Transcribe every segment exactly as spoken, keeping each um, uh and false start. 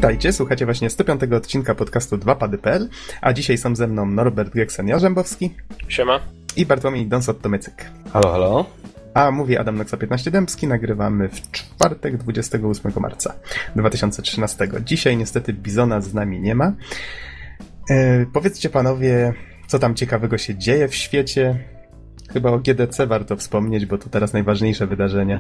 Witajcie, słuchacie właśnie sto piątego odcinka podcastu dwa pady kropka p l, a dzisiaj są ze mną Norbert Geksen-Jarzębowski. Siema. I Bartłomiej Donsot-Tomycyk. Halo, halo. A mówi Adam Noxa piętnaście Dębski, nagrywamy w czwartek dwudziestego ósmego marca dwa tysiące trzynastego. Dzisiaj niestety Bizona z nami nie ma. E, powiedzcie panowie, co tam ciekawego się dzieje w świecie. Chyba o G D C warto wspomnieć, bo to teraz najważniejsze wydarzenie.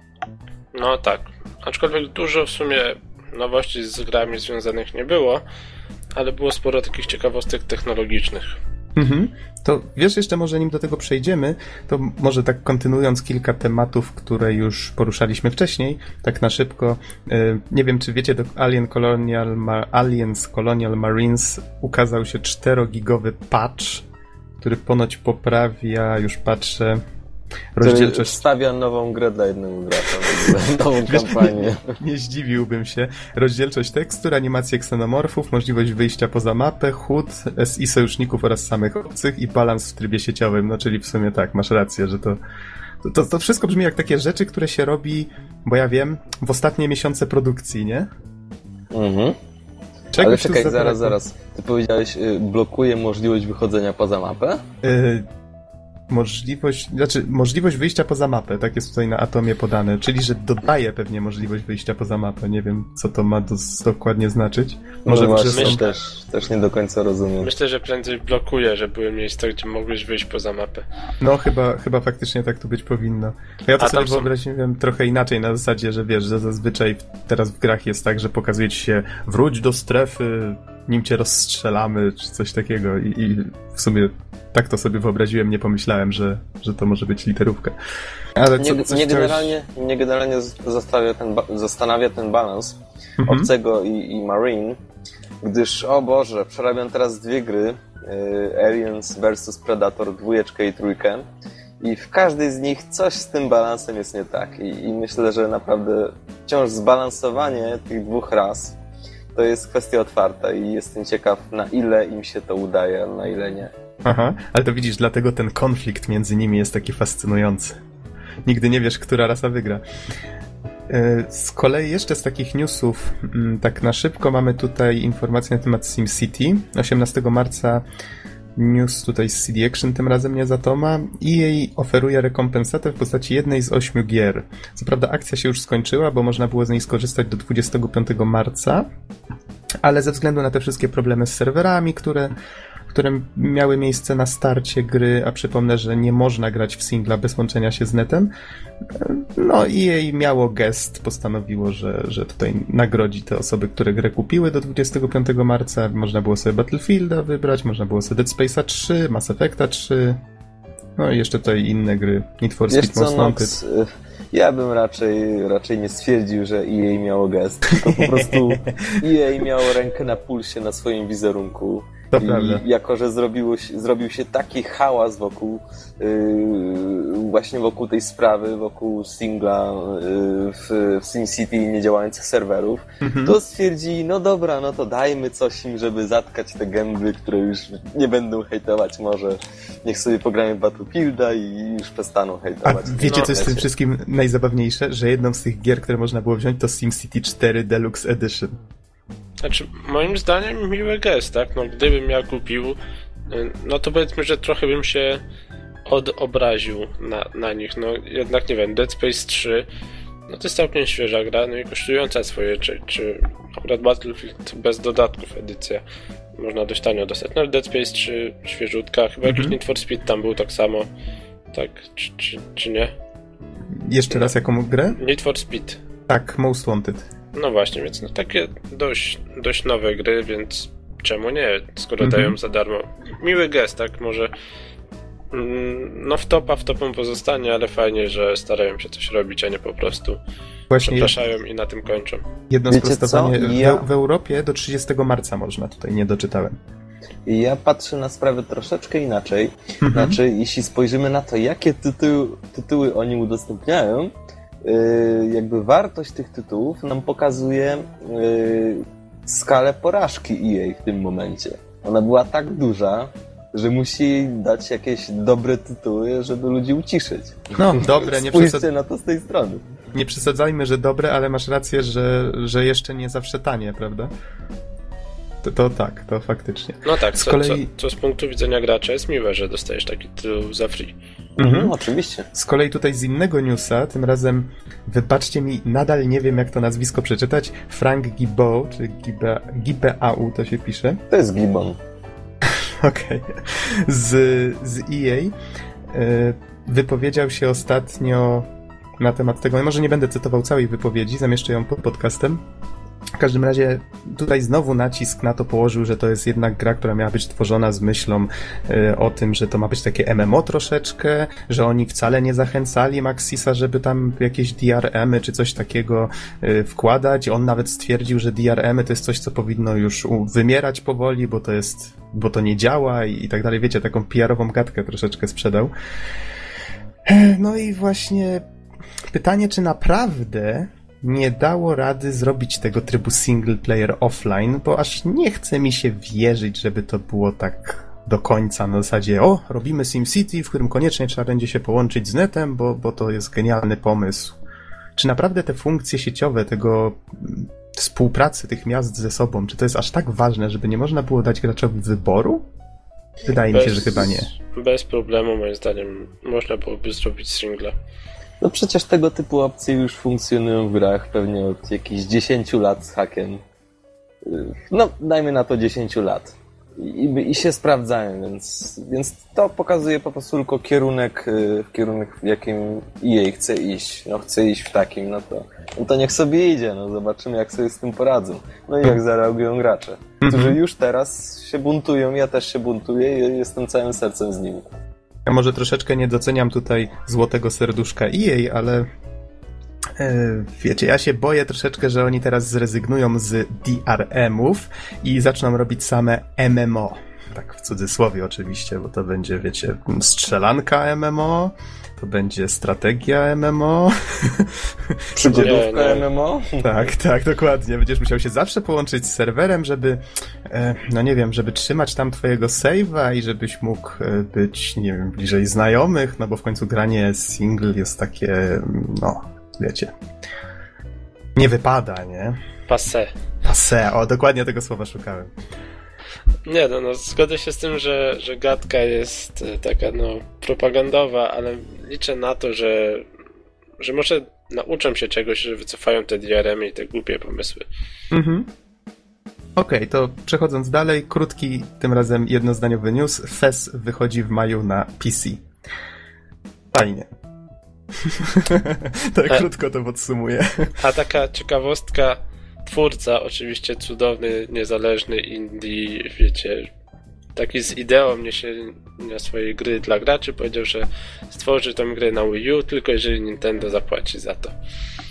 No tak, aczkolwiek dużo w sumie nowości z grami związanych nie było, ale było sporo takich ciekawostek technologicznych. Mhm. To wiesz, jeszcze może nim do tego przejdziemy, to może tak kontynuując kilka tematów, które już poruszaliśmy wcześniej, tak na szybko. Nie wiem, czy wiecie, do Alien Colonial Ma- Aliens Colonial Marines ukazał się czterogigowy patch, który ponoć poprawia, już patrzę, rozdzielczość... Który wstawia nową grę dla jednego gracza, nową kampanię. Nie, nie zdziwiłbym się. Rozdzielczość tekstur, animacje ksenomorfów, możliwość wyjścia poza mapę, hud, S I sojuszników oraz samych obcych i balans w trybie sieciowym. No czyli w sumie tak, masz rację, że to, to, to wszystko brzmi jak takie rzeczy, które się robi, bo ja wiem, w ostatnie miesiące produkcji, nie? Mhm. Czegoś Ale czekaj, tu zaraz, zaraz. Ty powiedziałeś, y, blokuje możliwość wychodzenia poza mapę? Y- Możliwość, znaczy możliwość wyjścia poza mapę, tak jest tutaj na Atomie podane, czyli że dodaje pewnie możliwość wyjścia poza mapę. Nie wiem, co to ma do, dokładnie znaczyć. Może no właśnie, są... też, też nie do końca rozumiem. Myślę, że prędzej blokuje, że były miejsca, gdzie mogłeś wyjść poza mapę. No chyba, chyba faktycznie tak tu być powinno. Ja to A sobie są... wyobraziłem trochę inaczej, na zasadzie, że wiesz, że zazwyczaj teraz w grach jest tak, że pokazuje ci się wróć do strefy, nim cię rozstrzelamy, czy coś takiego i, i w sumie tak to sobie wyobraziłem, nie pomyślałem, że, że to może być literówka. Ale co, nie, coś nie, chciałeś... generalnie, nie generalnie zastanawia ten, ba- zastanawia ten balans Mhm. obcego i, i Marine, gdyż, o Boże, przerabiam teraz dwie gry, y, Aliens versus Predator, dwójeczkę i trójkę, i w każdej z nich coś z tym balansem jest nie tak. I, i myślę, że naprawdę wciąż zbalansowanie tych dwóch ras to jest kwestia otwarta i jestem ciekaw, na ile im się to udaje, a na ile nie. Aha, ale to widzisz, dlatego ten konflikt między nimi jest taki fascynujący. Nigdy nie wiesz, która rasa wygra. Z kolei jeszcze z takich newsów, tak na szybko, mamy tutaj informacje na temat SimCity. osiemnastego marca news tutaj z C D Action, tym razem nie z Atoma. E A oferuje rekompensatę w postaci jednej z ośmiu gier. Co prawda akcja się już skończyła, bo można było z niej skorzystać do dwudziestego piątego marca, ale ze względu na te wszystkie problemy z serwerami, które które miały miejsce na starcie gry, a przypomnę, że nie można grać w singla bez łączenia się z netem, no i jej miało gest, postanowiło, że, że tutaj nagrodzi te osoby, które grę kupiły do dwudziestego piątego marca. Można było sobie Battlefielda wybrać, można było sobie Dead Space'a trzy, Mass Effecta trzy, no i jeszcze tutaj inne gry, Need for Speed Most Wanted. Ja bym raczej, raczej nie stwierdził, że E A miało gest, tylko po prostu E A miało rękę na pulsie na swoim wizerunku. To I prawda. jako, że zrobiło się, zrobił się taki hałas wokół yy, właśnie wokół tej sprawy, wokół singla yy, w, w SimCity i niedziałających serwerów, mhm. to stwierdzi, no dobra, no to dajmy coś im, żeby zatkać te gęby, które już nie będą hejtować może. Niech sobie pogramy Battlefielda i już przestaną hejtować. A wiecie, no, co jest w tym wszystkim najzabawniejsze? Że jedną z tych gier, które można było wziąć, to SimCity cztery Deluxe Edition. Znaczy, moim zdaniem miły gest, tak? No, gdybym ja kupił, no to powiedzmy, że trochę bym się odobraził na, na nich. No jednak, nie wiem, Dead Space trzy, no to jest całkiem świeża gra, no i kosztująca swoje, czy, czy akurat Battlefield bez dodatków edycja można dość tanio dostać. No Dead Space trzy świeżutka, chyba mm-hmm. jakiś Need for Speed tam był tak samo, tak, czy, czy, czy nie? Jeszcze raz jaką grę? Need for Speed. Tak, Most Wanted. No właśnie, więc no takie dość, dość nowe gry, więc czemu nie, skoro mm-hmm. dają za darmo. Miły gest, tak, może no w topa w topą pozostanie, ale fajnie, że starają się coś robić, a nie po prostu właśnie przepraszają i na tym kończą. Jedno sprostowanie, ja... w, w Europie do trzydziestego marca można, tutaj nie doczytałem. Ja patrzę na sprawę troszeczkę inaczej, mm-hmm. znaczy jeśli spojrzymy na to, jakie tytuły, tytuły oni udostępniają, Yy, jakby wartość tych tytułów nam pokazuje yy, skalę porażki E A w tym momencie. Ona była tak duża, że musi dać jakieś dobre tytuły, żeby ludzi uciszyć. No, dobre, nie Spójrzcie przesad... na to z tej strony. nie przesadzajmy, że dobre, ale masz rację, że, że jeszcze nie zawsze tanie, prawda? To, to tak, to faktycznie. No tak, z co, kolei... co, co z punktu widzenia gracza jest miłe, że dostajesz taki tytuł za free. Mhm, no, oczywiście. Z kolei tutaj z innego newsa, tym razem, wybaczcie mi, nadal nie wiem jak to nazwisko przeczytać, Frank Gibeau, czy Gibeau to się pisze. To jest Gibbon. Okej. Okay. Z, z E A y, wypowiedział się ostatnio na temat tego, może nie będę cytował całej wypowiedzi, zamieszczę ją pod podcastem. W każdym razie tutaj znowu nacisk na to położył, że to jest jednak gra, która miała być tworzona z myślą y, o tym, że to ma być takie M M O troszeczkę, że oni wcale nie zachęcali Maxisa, żeby tam jakieś D R M-y czy coś takiego y, wkładać. On nawet stwierdził, że D R M-y to jest coś, co powinno już wymierać powoli, bo to jest, bo to nie działa i, i tak dalej. Wiecie, taką P R-ową gadkę troszeczkę sprzedał. No i właśnie pytanie, czy naprawdę nie dało rady zrobić tego trybu single player offline, bo aż nie chce mi się wierzyć, żeby to było tak do końca na zasadzie o, robimy SimCity, w którym koniecznie trzeba będzie się połączyć z netem, bo, bo to jest genialny pomysł. Czy naprawdę te funkcje sieciowe tego współpracy tych miast ze sobą, czy to jest aż tak ważne, żeby nie można było dać graczowi wyboru? Wydaje bez, mi się, że chyba nie. Bez problemu, moim zdaniem, można byłoby zrobić singla. No przecież tego typu opcje już funkcjonują w grach pewnie od jakichś dziesięciu lat z hakiem. No, dajmy na to dziesięć lat. I, i się sprawdzają, więc, więc to pokazuje po prostu tylko kierunek, w kierunek, w jakim E A chce iść. No chce iść w takim, no to, no to niech sobie idzie, no zobaczymy jak sobie z tym poradzą. No i jak zareagują gracze, którzy już teraz się buntują, ja też się buntuję i jestem całym sercem z nimi. Ja może troszeczkę nie doceniam tutaj złotego serduszka E A, ale e, wiecie, ja się boję troszeczkę, że oni teraz zrezygnują z D R M-ów i zaczną robić same M M O. Tak w cudzysłowie oczywiście, bo to będzie, wiecie, strzelanka M M O, to będzie strategia M M O. Przygodówka M M O? Tak, tak, dokładnie. Będziesz musiał się zawsze połączyć z serwerem, żeby, e, no nie wiem, żeby trzymać tam twojego save'a i żebyś mógł być, nie wiem, bliżej znajomych, no bo w końcu granie single jest takie, no, wiecie, nie wypada, nie? Passé. Passé, o, dokładnie tego słowa szukałem. Nie, no, no zgodzę się z tym, że, że gadka jest taka, no, propagandowa, ale liczę na to, że, że może nauczą się czegoś, że wycofają te D R M-y i te głupie pomysły. Mhm. Okej, okay, to przechodząc dalej, krótki, tym razem jednozdaniowy news. F E S wychodzi w maju na P C. Fajnie. Tak, a, krótko to podsumuję. A taka ciekawostka, twórca, oczywiście cudowny, niezależny indie, wiecie, taki z ideą niesienia swojej gry dla graczy, powiedział, że stworzy tą grę na Wii U, tylko jeżeli Nintendo zapłaci za to.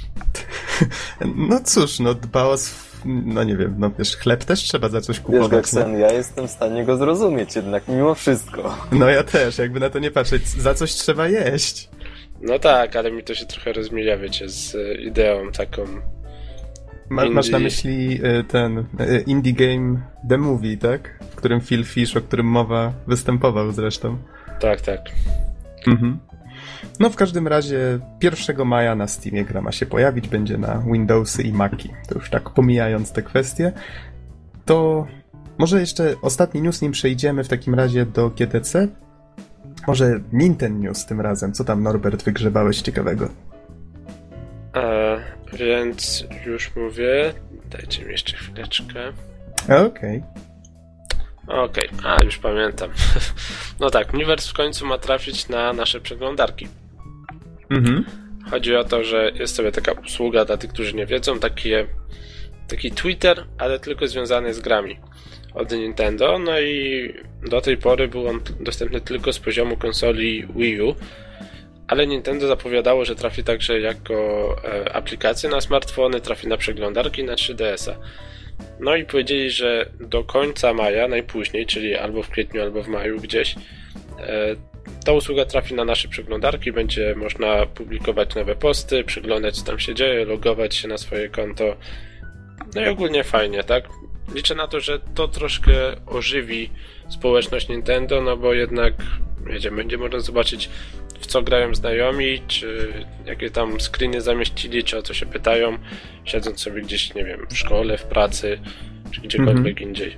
No cóż, no dba o sw... no nie wiem, no wiesz, chleb też trzeba za coś kupować. Wiesz, Geksen, no? Ja jestem w stanie go zrozumieć jednak, mimo wszystko. No ja też, jakby na to nie patrzeć, za coś trzeba jeść. No tak, ale mi to się trochę rozmija, wiecie, z ideą taką. Ma, masz na myśli ten Indie Game The Movie, tak? W którym Phil Fish, o którym mowa, występował zresztą. Tak, tak. Mhm. No w każdym razie pierwszego maja na Steamie gra ma się pojawić, będzie na Windowsy i Maci. To już tak pomijając te kwestie. To może jeszcze ostatni news, nim przejdziemy w takim razie do G D C. Może Nintendo News tym razem. Co tam, Norbert, wygrzebałeś ciekawego? E, więc już mówię. Dajcie mi jeszcze chwileczkę. Okej. Okay. Okej, okay. A już pamiętam. No tak, Miiverse w końcu ma trafić na nasze przeglądarki. Mhm. Chodzi o to, że jest sobie taka usługa dla tych, którzy nie wiedzą, takie, taki Twitter, ale tylko związany z grami od Nintendo. No i do tej pory był on dostępny tylko z poziomu konsoli Wii U, ale Nintendo zapowiadało, że trafi także jako e, aplikacja na smartfony, trafi na przeglądarki na trzy D S a. No i powiedzieli, że do końca maja, najpóźniej, czyli albo w kwietniu, albo w maju gdzieś, e, ta usługa trafi na nasze przeglądarki, będzie można publikować nowe posty, przyglądać co tam się dzieje, logować się na swoje konto. No i ogólnie fajnie, tak? Liczę na to, że to troszkę ożywi społeczność Nintendo, no bo jednak, wiecie, będzie można zobaczyć w co grają znajomi, czy jakie tam screeny zamieścili, czy o co się pytają, siedząc sobie gdzieś, nie wiem, w szkole, w pracy, czy gdziekolwiek mhm. indziej.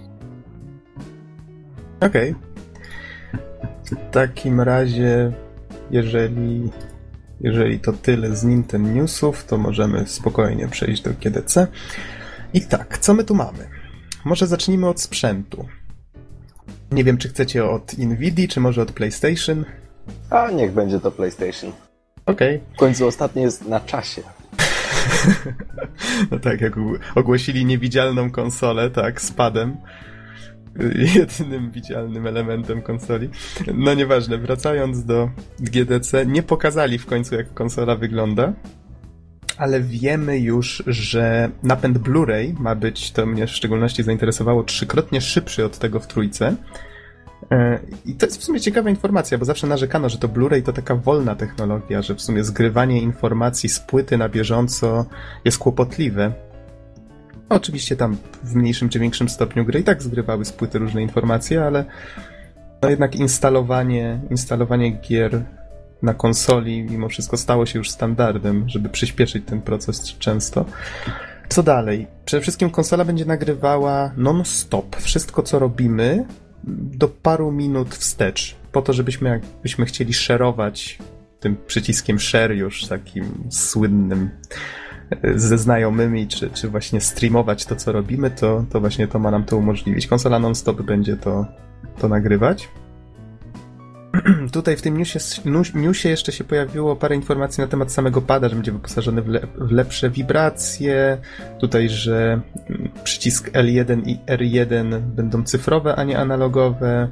Okej. Okay. W takim razie, jeżeli, jeżeli to tyle z Nintendo Newsów, to możemy spokojnie przejść do G D C. I tak, co my tu mamy? Może zacznijmy od sprzętu. Nie wiem, czy chcecie od Nvidia, czy może od PlayStation? A niech będzie to PlayStation. Okej. Okay. W końcu ostatni jest na czasie. No tak, jak ogłosili niewidzialną konsolę, tak, z padem. Jedynym widzialnym elementem konsoli. No nieważne, wracając do G D C, nie pokazali w końcu, jak konsola wygląda, ale wiemy już, że napęd Blu-ray ma być, to mnie w szczególności zainteresowało, trzykrotnie szybszy od tego w trójce. I to jest w sumie ciekawa informacja, bo zawsze narzekano, że to Blu-ray to taka wolna technologia, że w sumie zgrywanie informacji z płyty na bieżąco jest kłopotliwe. Oczywiście tam w mniejszym czy większym stopniu gry i tak zgrywały z płyty różne informacje, ale no jednak instalowanie, instalowanie gier na konsoli mimo wszystko stało się już standardem, żeby przyspieszyć ten proces często. Co dalej? Przede wszystkim konsola będzie nagrywała non-stop. Wszystko, co robimy, do paru minut wstecz. Po to, żebyśmy jakbyśmy chcieli share'ować tym przyciskiem share już takim słynnym ze znajomymi, czy, czy właśnie streamować to, co robimy, to, to właśnie to ma nam to umożliwić. Konsola non-stop będzie to, to nagrywać. Tutaj w tym newsie, newsie jeszcze się pojawiło parę informacji na temat samego pada, że będzie wyposażony w, le, w lepsze wibracje. Tutaj, że przycisk L jeden i R jeden będą cyfrowe, a nie analogowe.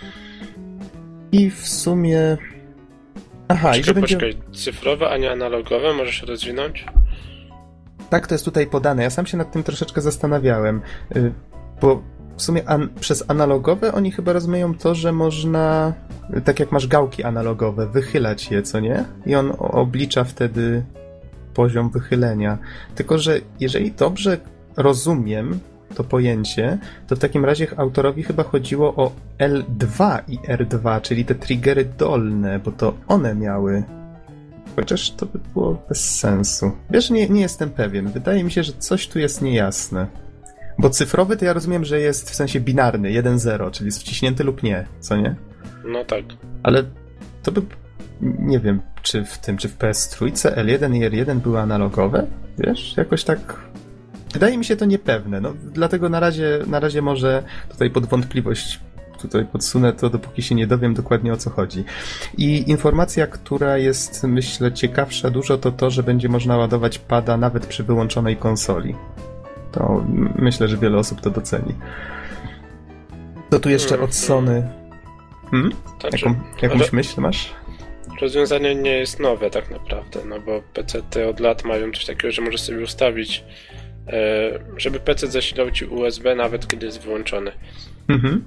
I w sumie... Aha, Czekaj, i że będzie... Poczekaj, cyfrowe, a nie analogowe? Możesz rozwinąć? Tak, to jest tutaj podane. Ja sam się nad tym troszeczkę zastanawiałem, bo w sumie an- przez analogowe oni chyba rozumieją to, że można, tak jak masz gałki analogowe, wychylać je, co nie? I on oblicza wtedy poziom wychylenia. Tylko że jeżeli dobrze rozumiem to pojęcie, to w takim razie autorowi chyba chodziło o L dwa i R dwa, czyli te triggery dolne, bo to one miały... Chociaż to by było bez sensu. Wiesz, nie, nie jestem pewien. Wydaje mi się, że coś tu jest niejasne. Bo cyfrowy to ja rozumiem, że jest w sensie binarny, jeden zero, czyli jest wciśnięty lub nie, co nie? No tak. Ale to by... Nie wiem, czy w tym, czy w P S trzy L jeden i R jeden były analogowe? Wiesz, jakoś tak... Wydaje mi się to niepewne, no dlatego na razie, na razie może tutaj pod wątpliwość tutaj podsunę to, dopóki się nie dowiem dokładnie o co chodzi. I informacja, która jest, myślę, ciekawsza dużo, to to, że będzie można ładować pada nawet przy wyłączonej konsoli. To myślę, że wiele osób to doceni. To tu jeszcze od Sony... Hmm? Jaką, jakąś myśl masz? Rozwiązanie nie jest nowe tak naprawdę, no bo pecety od lat mają coś takiego, że możesz sobie ustawić, żeby pecet zasilał ci U S B nawet kiedy jest wyłączony. Mhm.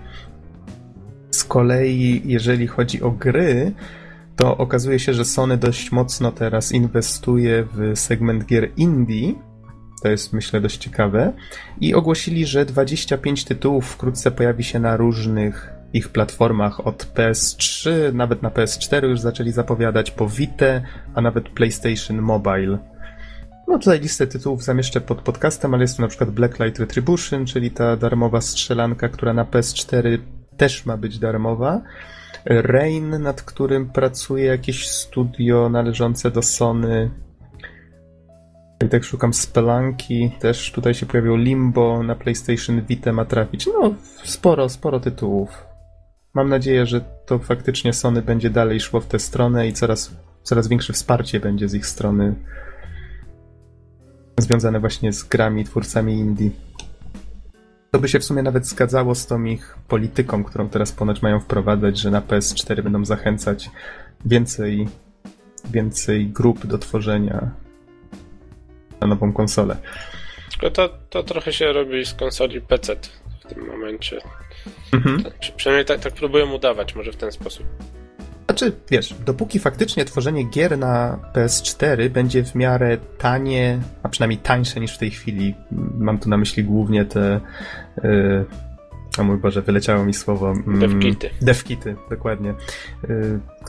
Z kolei, jeżeli chodzi o gry, to okazuje się, że Sony dość mocno teraz inwestuje w segment gier indie. To jest, myślę, dość ciekawe. I ogłosili, że dwadzieścia pięć tytułów wkrótce pojawi się na różnych ich platformach od P S trzy, nawet na P S cztery już zaczęli zapowiadać, po Vita, a nawet PlayStation Mobile. No tutaj listę tytułów zamieszczę pod podcastem, ale jest tu na przykład Blacklight Retribution, czyli ta darmowa strzelanka, która na P S cztery też ma być darmowa. Rain, nad którym pracuje jakieś studio należące do Sony. I tak szukam Spelunki, też tutaj się pojawiło Limbo, na PlayStation Vita ma trafić. No, sporo, sporo tytułów. Mam nadzieję, że to faktycznie Sony będzie dalej szło w tę stronę i coraz, coraz większe wsparcie będzie z ich strony związane właśnie z grami, twórcami indie. To by się w sumie nawet zgadzało z tą ich polityką, którą teraz ponoć mają wprowadzać, że na P S cztery będą zachęcać więcej, więcej grup do tworzenia na nową konsolę. Tylko to, to trochę się robi z konsoli P C w tym momencie. Mhm. Przynajmniej tak, tak próbują udawać, może w ten sposób. Znaczy, wiesz, dopóki faktycznie tworzenie gier na P S cztery będzie w miarę tanie, a przynajmniej tańsze niż w tej chwili, mam tu na myśli głównie te... Yy, o mój Boże, wyleciało mi słowo. Devkity. Devkity, dokładnie. Yy,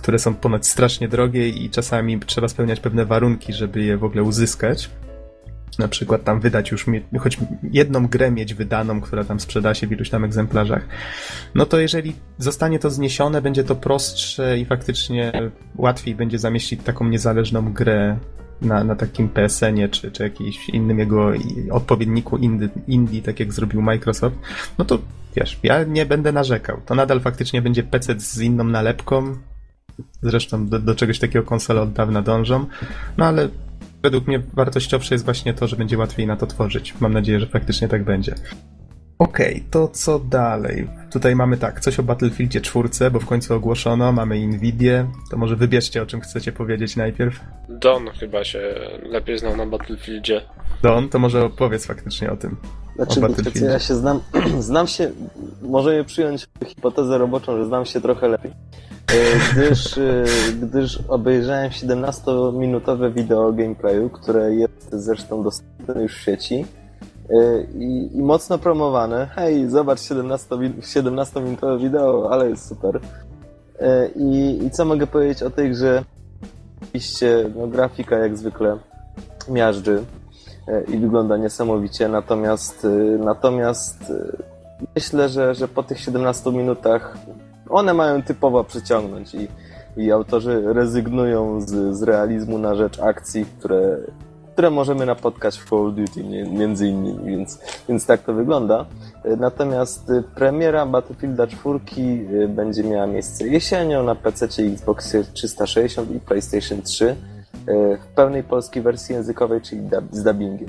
które są ponoć strasznie drogie i czasami trzeba spełniać pewne warunki, żeby je w ogóle uzyskać. Na przykład tam wydać już mi- choć jedną grę mieć wydaną, która tam sprzeda się w iluś tam egzemplarzach. No to jeżeli zostanie to zniesione, będzie to prostsze i faktycznie łatwiej będzie zamieścić taką niezależną grę na, na takim P S N ie czy, czy jakimś innym jego odpowiedniku indie, indie, tak jak zrobił Microsoft. No to wiesz, ja nie będę narzekał. To nadal faktycznie będzie P C z inną nalepką. Zresztą do, do czegoś takiego konsole od dawna dążą. No ale według mnie wartościowsze jest właśnie to, że będzie łatwiej na to tworzyć. Mam nadzieję, że faktycznie tak będzie. Okej, okay, to co dalej? Tutaj mamy tak, coś o Battlefieldzie czwórce, bo w końcu ogłoszono, mamy Nvidię. To może wybierzcie, o czym chcecie powiedzieć najpierw. Don chyba się lepiej znał na Battlefieldzie. Don, to może opowiedz faktycznie o tym. Znaczy, wiecie, ja się znam, znam się, możemy przyjąć hipotezę roboczą, że znam się trochę lepiej. Gdyż, gdyż obejrzałem siedemnastominutowe wideo gameplayu, które jest zresztą dostępne już w sieci i, i mocno promowane. Hej, zobacz siedemnastominutowe wideo, ale jest super. I, i co mogę powiedzieć o tej grze? Oczywiście no, grafika jak zwykle miażdży i wygląda niesamowicie, natomiast, natomiast myślę, że, że po tych siedemnastu minutach one mają typowo przyciągnąć i, i autorzy rezygnują z, z realizmu na rzecz akcji, które, które możemy napotkać w Call of Duty między innymi, więc, więc tak to wygląda. Natomiast premiera Battlefielda czwórki będzie miała miejsce jesienią na P C, Xbox trzysta sześćdziesiąt i PlayStation trzy w pełnej polskiej wersji językowej, czyli z dubbingiem.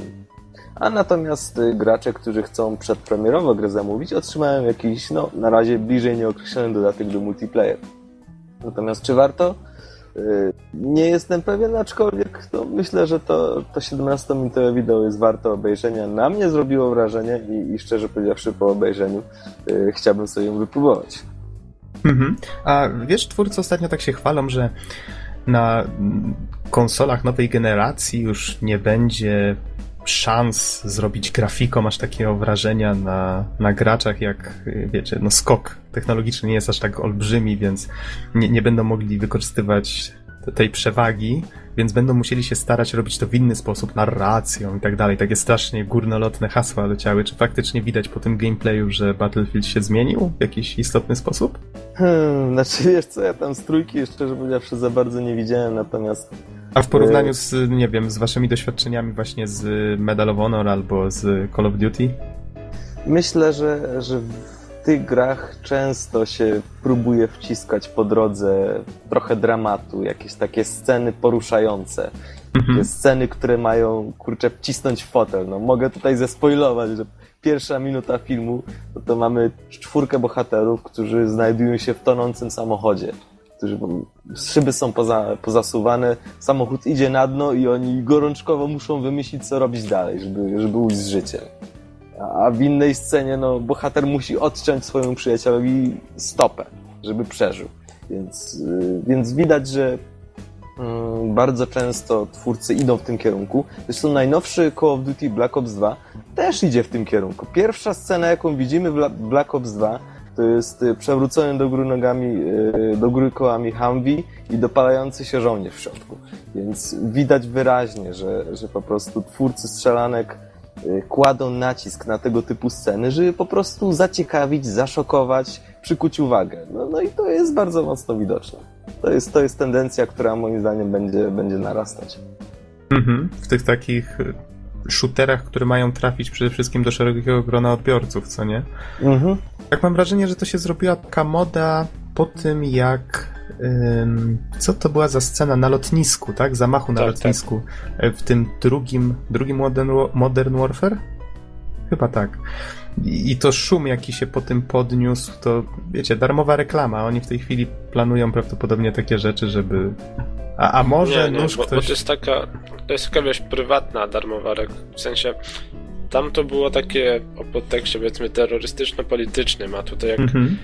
A natomiast gracze, którzy chcą przedpremierowo grę zamówić, otrzymają jakiś, no, na razie bliżej nieokreślony dodatek do multiplayer. Natomiast czy warto? Yy, nie jestem pewien, aczkolwiek to myślę, że to, to siedemnastominutowe wideo jest warte obejrzenia. Na mnie zrobiło wrażenie i, i szczerze powiedziawszy po obejrzeniu yy, chciałbym sobie ją wypróbować. Mhm. A wiesz, twórcy ostatnio tak się chwalą, że na konsolach nowej generacji już nie będzie szans zrobić grafikom aż takiego wrażenia na, na graczach, jak wiecie, no skok technologiczny nie jest aż tak olbrzymi, więc nie, nie będą mogli wykorzystywać tej przewagi, więc będą musieli się starać robić to w inny sposób, narracją i tak dalej. Takie strasznie górnolotne hasła leciały. Czy faktycznie widać po tym gameplayu, że Battlefield się zmienił w jakiś istotny sposób? Hmm, znaczy wiesz co, ja tam z trójki jeszcze, że powiedziawszy, za bardzo nie widziałem, natomiast a w porównaniu z, nie wiem, z waszymi doświadczeniami właśnie z Medal of Honor albo z Call of Duty? Myślę, że, że w tych grach często się próbuje wciskać po drodze trochę dramatu, jakieś takie sceny poruszające. Mhm. Takie sceny, które mają, kurczę, wcisnąć w fotel. No, mogę tutaj zespoilować, że pierwsza minuta filmu, to, to mamy czwórkę bohaterów, którzy znajdują się w tonącym samochodzie. Którzy, szyby są poza, pozasuwane, samochód idzie na dno i oni gorączkowo muszą wymyślić, co robić dalej, żeby, żeby ujść z życiem. A w innej scenie, no, bohater musi odciąć swojemu przyjacielowi stopę, żeby przeżył. Więc, yy, więc widać, że yy, bardzo często twórcy idą w tym kierunku. Zresztą najnowszy Call of Duty Black Ops dwa też idzie w tym kierunku. Pierwsza scena, jaką widzimy w Black Ops dwa, to jest przewrócony do góry nogami, do góry kołami Humvee i dopalający się żołnierz w środku. Więc widać wyraźnie, że, że po prostu twórcy strzelanek kładą nacisk na tego typu sceny, żeby po prostu zaciekawić, zaszokować, przykuć uwagę. No, no i to jest bardzo mocno widoczne. To jest, to jest tendencja, która moim zdaniem będzie, będzie narastać. Mhm. W tych takich shooterach, które mają trafić przede wszystkim do szerokiego grona odbiorców, co nie? Mhm. Tak mam wrażenie, że to się zrobiła taka moda po tym, jak ym, co to była za scena na lotnisku, tak? Zamachu na tak, lotnisku. Tak. W tym drugim, drugim Modern, Modern Warfare? Chyba tak. I, I to szum, jaki się po tym podniósł, to wiecie, darmowa reklama. Oni w tej chwili planują prawdopodobnie takie rzeczy, żeby... A, a może nie, nie, nóż bo, ktoś... bo to jest taka, to jest taka, wiesz, prywatna darmowa reklama. W sensie, tam to było takie o podtekście, powiedzmy, terrorystyczno-politycznym, a tutaj jak, mm-hmm.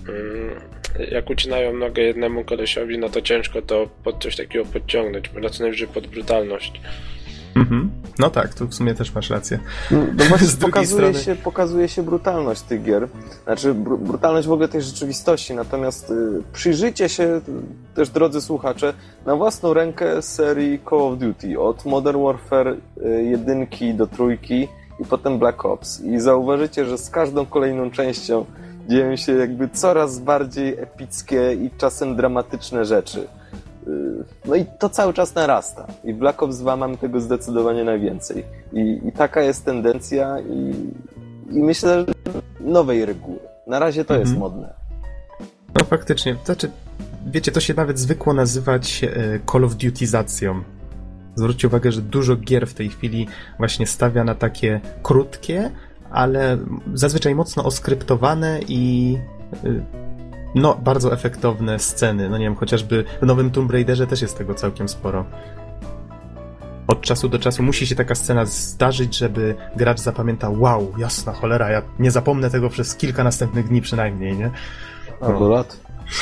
jak ucinają nogę jednemu kolesiowi, no to ciężko to pod coś takiego podciągnąć, bo na co najwyżej pod brutalność. Mm-hmm. No tak, tu w sumie też masz rację. No właśnie pokazuje się, pokazuje się brutalność tych gier. Znaczy br- brutalność w ogóle tej rzeczywistości, natomiast y, przyjrzyjcie się też, drodzy słuchacze, na własną rękę serii Call of Duty, od Modern Warfare jedynki do trójki i potem Black Ops. I zauważycie, że z każdą kolejną częścią dzieją się jakby coraz bardziej epickie i czasem dramatyczne rzeczy. No i to cały czas narasta. I w Black Ops dwa mamy tego zdecydowanie najwięcej. I, i taka jest tendencja i, i myślę, że nowej reguły. Na razie to mhm. jest modne. No faktycznie. Znaczy, wiecie, to się nawet zwykło nazywać Call of Dutyzacją. Zwróćcie uwagę, że dużo gier w tej chwili właśnie stawia na takie krótkie, ale zazwyczaj mocno oskryptowane i no, bardzo efektowne sceny. No nie wiem, chociażby w nowym Tomb Raiderze też jest tego całkiem sporo. Od czasu do czasu musi się taka scena zdarzyć, żeby gracz zapamiętał, wow, jasna cholera, ja nie zapomnę tego przez kilka następnych dni przynajmniej, nie? Albo lat.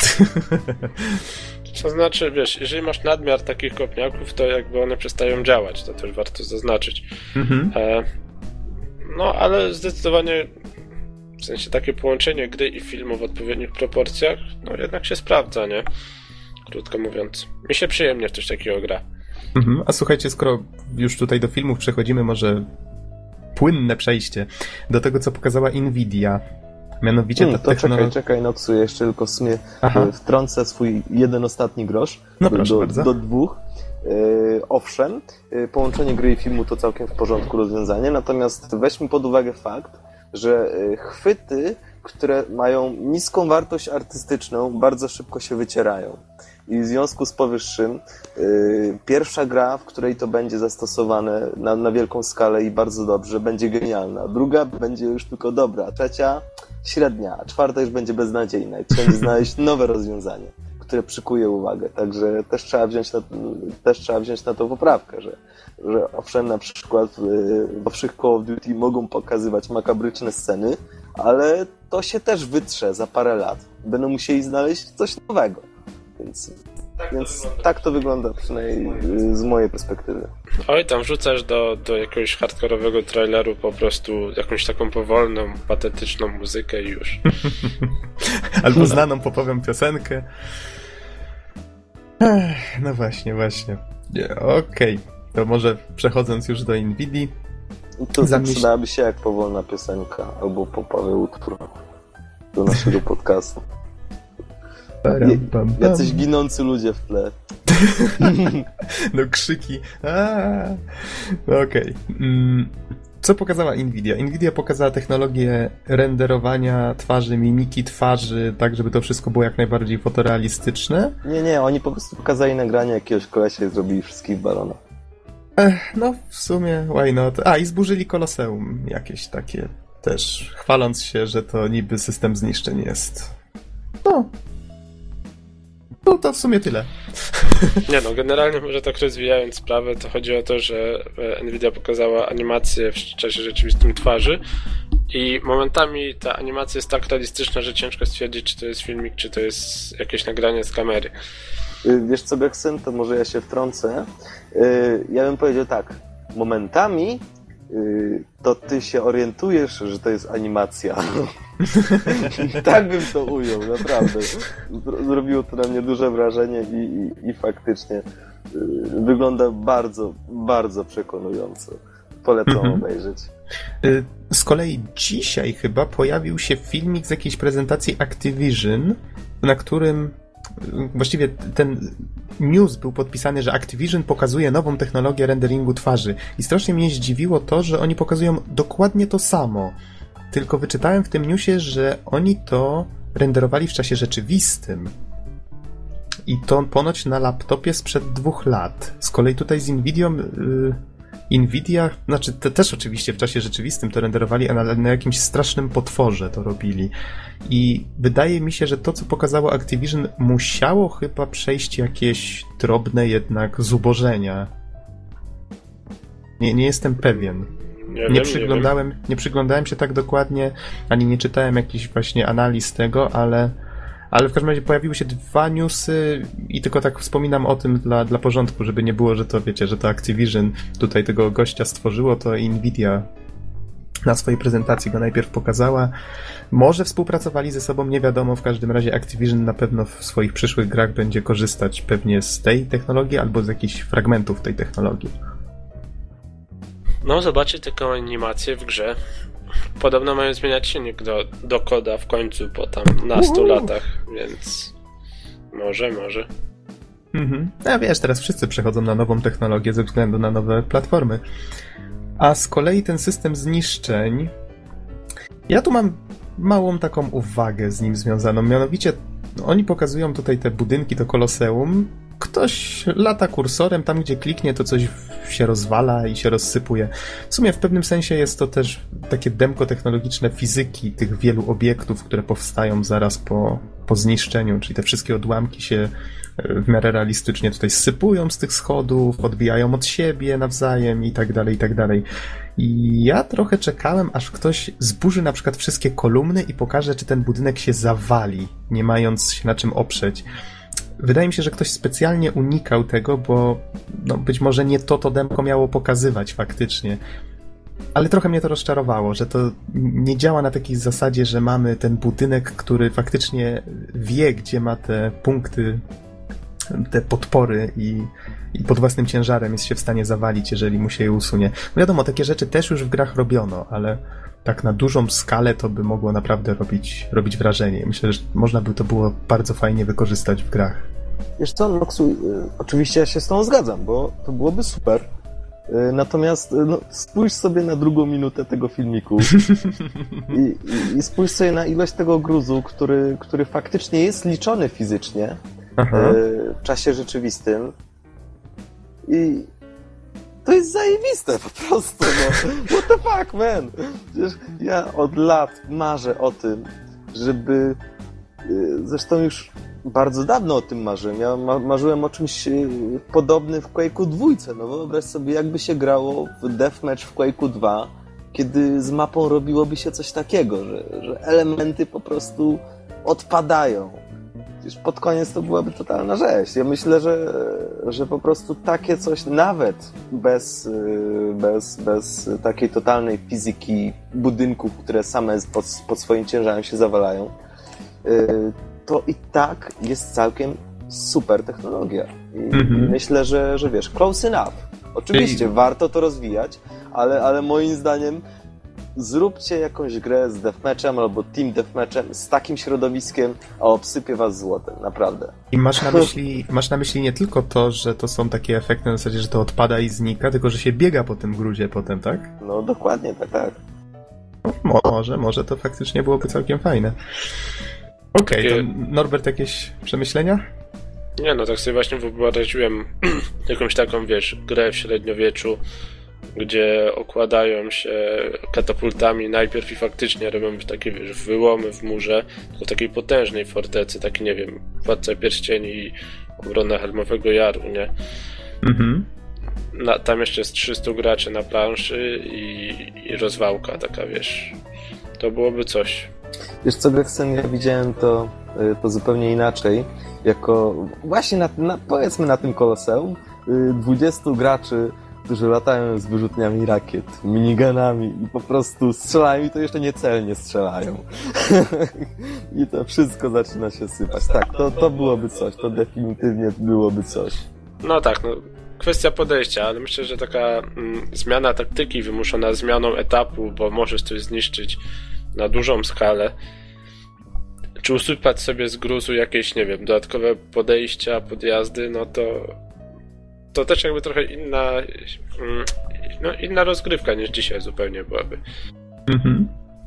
To znaczy, wiesz, jeżeli masz nadmiar takich kopniaków, to jakby one przestają działać, to też warto zaznaczyć. Mhm. E, no, ale zdecydowanie w sensie takie połączenie gry i filmu w odpowiednich proporcjach, no jednak się sprawdza, nie? Krótko mówiąc. Mi się przyjemnie w coś takiego gra. Mhm. A słuchajcie, skoro już tutaj do filmów przechodzimy, może płynne przejście do tego, co pokazała Nvidia. Mianowicie hmm, ta to technologia... czekaj, czekaj, Noxu, jeszcze tylko w sumie Aha. wtrącę swój jeden ostatni grosz no do, proszę do, bardzo. do dwóch. Yy, owszem, yy, połączenie gry i filmu to całkiem w porządku rozwiązanie, natomiast weźmy pod uwagę fakt, że yy, chwyty, które mają niską wartość artystyczną, bardzo szybko się wycierają. I w związku z powyższym yy, pierwsza gra, w której to będzie zastosowane na, na wielką skalę i bardzo dobrze, będzie genialna. Druga będzie już tylko dobra. Trzecia średnia. A czwarta już będzie beznadziejna. I trzeba znaleźć nowe rozwiązanie, które przykuje uwagę. Także też trzeba wziąć na, też trzeba wziąć na to poprawkę, że, że owszem, na przykład yy, w nowszych Call of Duty mogą pokazywać makabryczne sceny, ale to się też wytrze za parę lat. Będą musieli znaleźć coś nowego. Więc, tak, więc to tak to wygląda, przynajmniej z mojej perspektywy. Oj, tam wrzucasz do, do jakiegoś hardkorowego traileru po prostu jakąś taką powolną, patetyczną muzykę i już. Albo znaną popową piosenkę. Ech, no właśnie, właśnie. Okej, okay. To może przechodząc już do Nvidii. To Zamyśl... przydałaby się jak powolna piosenka albo popowy utwór do naszego podcastu. Je, jacyś ginący ludzie w tle. No krzyki. Okej. Okay. Co pokazała Nvidia? Nvidia pokazała technologię renderowania twarzy, mimiki twarzy, tak żeby to wszystko było jak najbardziej fotorealistyczne. Nie, nie, oni po prostu pokazali nagranie jakiegoś kolesia i zrobili wszystkich w balona. Ech, no w sumie why not? A i zburzyli Koloseum jakieś takie też, chwaląc się, że to niby system zniszczeń jest. No. No to w sumie tyle. Nie no, generalnie może tak rozwijając sprawę, to chodzi o to, że Nvidia pokazała animację w czasie rzeczywistym twarzy i momentami ta animacja jest tak realistyczna, że ciężko stwierdzić, czy to jest filmik, czy to jest jakieś nagranie z kamery. Wiesz co, Beksen, to może ja się wtrącę. Ja bym powiedział tak, momentami to ty się orientujesz, że to jest animacja. Tak bym to ujął, naprawdę. Zrobiło to na mnie duże wrażenie i, i, i faktycznie wygląda bardzo, bardzo przekonująco. Polecam mhm. obejrzeć. Z kolei dzisiaj chyba pojawił się filmik z jakiejś prezentacji Activision, na którym właściwie ten news był podpisany, że Activision pokazuje nową technologię renderingu twarzy. I strasznie mnie zdziwiło to, że oni pokazują dokładnie to samo. Tylko wyczytałem w tym newsie, że oni to renderowali w czasie rzeczywistym. I to ponoć na laptopie sprzed dwóch lat. Z kolei tutaj z Nvidią... Yy, Nvidia, znaczy te też oczywiście w czasie rzeczywistym to renderowali, ale na jakimś strasznym potworze to robili. I wydaje mi się, że to, co pokazało Activision, musiało chyba przejść jakieś drobne jednak zubożenia. Nie, nie jestem pewien. Nie, nie, wiem, przyglądałem, nie, nie przyglądałem się tak dokładnie, ani nie czytałem jakichś właśnie analiz tego, ale, ale w każdym razie pojawiły się dwa newsy i tylko tak wspominam o tym dla, dla porządku, żeby nie było, że to wiecie, że to Activision tutaj tego gościa stworzyło, to Nvidia na swojej prezentacji go najpierw pokazała. Może współpracowali ze sobą, nie wiadomo, w każdym razie Activision na pewno w swoich przyszłych grach będzie korzystać pewnie z tej technologii albo z jakichś fragmentów tej technologii. No, zobaczcie taką animację w grze. Podobno mają zmieniać silnik do, do koda w końcu po tam nastu latach, więc może, może. Mhm. A wiesz, teraz wszyscy przechodzą na nową technologię ze względu na nowe platformy. A z kolei ten system zniszczeń, ja tu mam małą taką uwagę z nim związaną, mianowicie oni pokazują tutaj te budynki, to koloseum, ktoś lata kursorem, tam gdzie kliknie, to coś się rozwala i się rozsypuje. W sumie w pewnym sensie jest to też takie demko technologiczne fizyki tych wielu obiektów, które powstają zaraz po, po zniszczeniu, czyli te wszystkie odłamki się w miarę realistycznie tutaj sypują z tych schodów, odbijają od siebie nawzajem i tak dalej, i tak dalej. I ja trochę czekałem, aż ktoś zburzy na przykład wszystkie kolumny i pokaże, czy ten budynek się zawali, nie mając się na czym oprzeć. Wydaje mi się, że ktoś specjalnie unikał tego, bo no, być może nie to to demko miało pokazywać faktycznie. Ale trochę mnie to rozczarowało, że to nie działa na takiej zasadzie, że mamy ten budynek, który faktycznie wie, gdzie ma te punkty, te podpory i, i pod własnym ciężarem jest się w stanie zawalić, jeżeli mu się je usunie. No wiadomo, takie rzeczy też już w grach robiono, ale tak na dużą skalę to by mogło naprawdę robić, robić wrażenie. Myślę, że można by to było bardzo fajnie wykorzystać w grach. Wiesz co, Noxu, y, oczywiście ja się z tą zgadzam, bo to byłoby super. Y, natomiast y, no, spójrz sobie na drugą minutę tego filmiku i, i, i spójrz sobie na ilość tego gruzu, który, który faktycznie jest liczony fizycznie y, w czasie rzeczywistym. I to jest zajebiste po prostu, no. What the fuck, man? Przecież ja od lat marzę o tym, żeby... Zresztą już bardzo dawno o tym marzyłem. Ja ma- marzyłem o czymś podobnym w Quake'u dwójce. No wyobraź sobie, jakby się grało w Deathmatch w Quake'u dwa, kiedy z mapą robiłoby się coś takiego, że, że elementy po prostu odpadają. Przecież pod koniec to byłaby totalna rzeź. Ja myślę, że, że po prostu takie coś, nawet bez, bez, bez takiej totalnej fizyki budynków, które same pod, pod swoim ciężarem się zawalają, to i tak jest całkiem super technologia. I mm-hmm. myślę, że, że wiesz, close enough. Oczywiście, I... warto to rozwijać, ale, ale moim zdaniem zróbcie jakąś grę z deathmatchem albo team deathmatchem z takim środowiskiem, a obsypie was złotem, naprawdę. I masz na myśli, masz na myśli nie tylko to, że to są takie efekty na zasadzie, że to odpada i znika, tylko że się biega po tym gruzie potem, tak? No dokładnie, tak, tak. No, może, może to faktycznie byłoby całkiem fajne. Okej, okay, to Norbert, jakieś przemyślenia? Nie, no tak sobie właśnie wyobraziłem jakąś taką, wiesz, grę w średniowieczu, gdzie okładają się katapultami najpierw i faktycznie robią takie, wiesz, wyłomy w murze, do takiej potężnej fortecy, taki, nie wiem, Władca Pierścieni i Obrona Helmowego Jaru, nie? Mhm. Na, tam jeszcze jest trzystu graczy na planszy i, i rozwałka taka, wiesz. To byłoby coś. Wiesz co, Greksen, ja widziałem to, to zupełnie inaczej. Jako właśnie na, na, powiedzmy na tym koloseum dwudziestu graczy, którzy latają z wyrzutniami rakiet, minigunami i po prostu strzelają i to jeszcze niecelnie strzelają. I to wszystko zaczyna się sypać. Tak, to, to byłoby coś, to definitywnie byłoby coś. No tak, no kwestia podejścia, ale myślę, że taka mm, zmiana taktyki wymuszona zmianą etapu, bo możesz coś zniszczyć na dużą skalę, czy usypać sobie z gruzu jakieś, nie wiem, dodatkowe podejścia, podjazdy, no to to też jakby trochę inna no inna rozgrywka niż dzisiaj zupełnie byłaby. Mhm.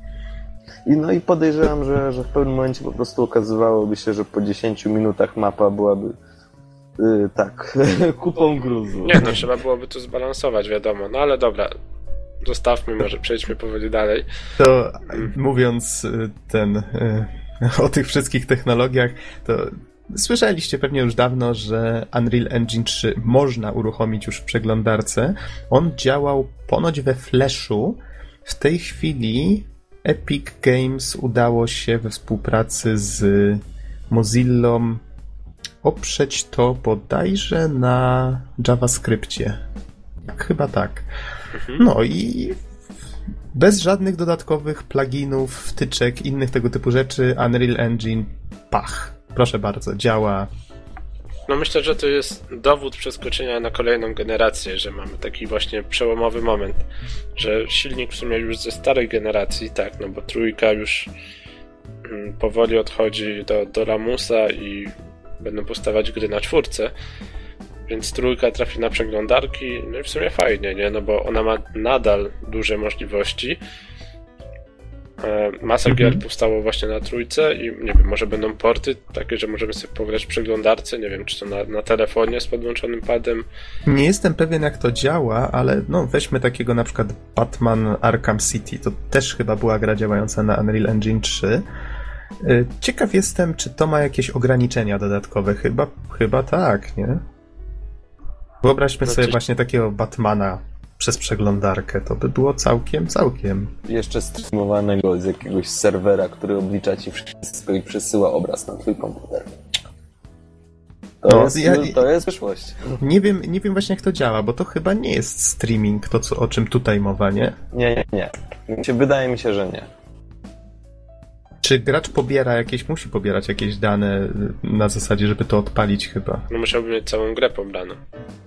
I no i podejrzewam, że, że w pewnym momencie po prostu okazywałoby się, że po dziesięciu minutach mapa byłaby yy, tak, kupą gruzu. Nie, no trzeba byłoby to zbalansować, wiadomo, no ale dobra. Zostawmy, może przejdźmy powoli dalej. To hmm. mówiąc ten o tych wszystkich technologiach, to słyszeliście pewnie już dawno, że Unreal Engine trzy można uruchomić już w przeglądarce. On działał ponoć we Flashu. W tej chwili Epic Games udało się we współpracy z Mozillą oprzeć to bodajże na JavaScriptie. Chyba tak. No i bez żadnych dodatkowych pluginów, wtyczek, innych tego typu rzeczy, Unreal Engine, pach. Proszę bardzo, działa. No myślę, że to jest dowód przeskoczenia na kolejną generację, że mamy taki właśnie przełomowy moment, że silnik w sumie już ze starej generacji, tak, no bo trójka już mm, powoli odchodzi do, do lamusa i będą powstawać gry na czwórce, więc trójka trafi na przeglądarki, no i w sumie fajnie, nie, no bo ona ma nadal duże możliwości. Masa mhm. gier powstało właśnie na trójce i nie wiem, może będą porty takie, że możemy sobie pograć w przeglądarce, nie wiem, czy to na, na telefonie z podłączonym padem. Nie jestem pewien, jak to działa, ale no weźmy takiego na przykład Batman Arkham City, to też chyba była gra działająca na Unreal Engine trzy. Ciekaw jestem, czy to ma jakieś ograniczenia dodatkowe. Chyba, chyba tak, nie? Wyobraźmy No sobie coś... właśnie takiego Batmana przez przeglądarkę, to by było całkiem, całkiem. Jeszcze streamowanego z jakiegoś serwera, który oblicza ci wszystko i przesyła obraz na twój komputer. To, no, jest, ja, to jest przyszłość. Nie wiem, nie wiem właśnie, jak to działa, bo to chyba nie jest streaming, to co, o czym tutaj mowa, nie? Nie, nie, nie. Wydaje mi się, że nie. Czy gracz pobiera jakieś, musi pobierać jakieś dane na zasadzie, żeby to odpalić chyba? No musiałby mieć całą grę pobraną.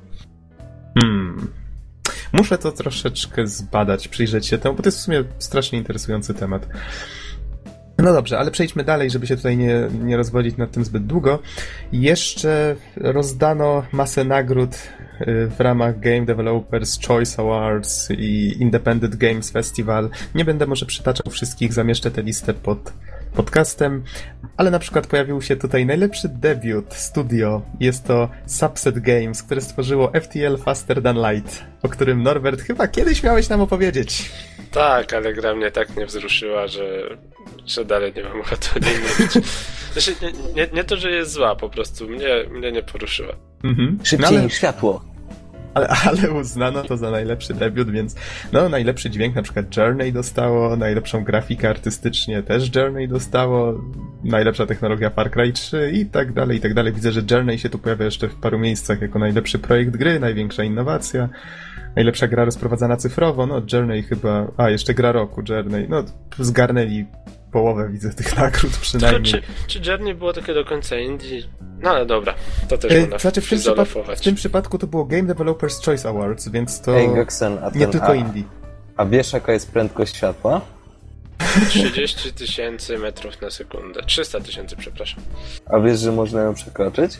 Hmm... Muszę to troszeczkę zbadać, przyjrzeć się temu, bo to jest w sumie strasznie interesujący temat. No dobrze, ale przejdźmy dalej, żeby się tutaj nie, nie rozwodzić nad tym zbyt długo. Jeszcze rozdano masę nagród w ramach Game Developers Choice Awards i Independent Games Festival. Nie będę może przytaczał wszystkich, zamieszczę tę listę pod podcastem, ale na przykład pojawił się tutaj najlepszy debiut studio. Jest to Subset Games, które stworzyło F T L Faster Than Light, o którym Norbert chyba kiedyś miałeś nam opowiedzieć. Tak, ale gra mnie tak nie wzruszyła, że, że dalej nie mam ochoty o niej mówić. Znaczy, nie, nie, nie to, że jest zła, po prostu mnie, mnie nie poruszyła. Mhm. Szybciej no ale... niż światło. Ale, ale uznano to za najlepszy debiut, więc no najlepszy dźwięk na przykład Journey dostało, najlepszą grafikę artystycznie też Journey dostało, najlepsza technologia Far Cry trzy i tak dalej, i tak dalej. Widzę, że Journey się tu pojawia jeszcze w paru miejscach jako najlepszy projekt gry, największa innowacja, najlepsza gra rozprowadzana cyfrowo, no Journey chyba, a jeszcze gra roku Journey, no zgarnęli połowę, widzę, tych nagród przynajmniej. Czy, czy Journey było takie do końca indie? No ale dobra, to też e, można znaczy, w tym, przypad- w tym przypadku to było Game Developers Choice Awards, więc to Ej, Goxen, a ten, nie tylko a, indie. A wiesz, jaka jest prędkość światła? trzydzieści tysięcy metrów na sekundę. trzysta tysięcy, przepraszam. A wiesz, że można ją przekroczyć?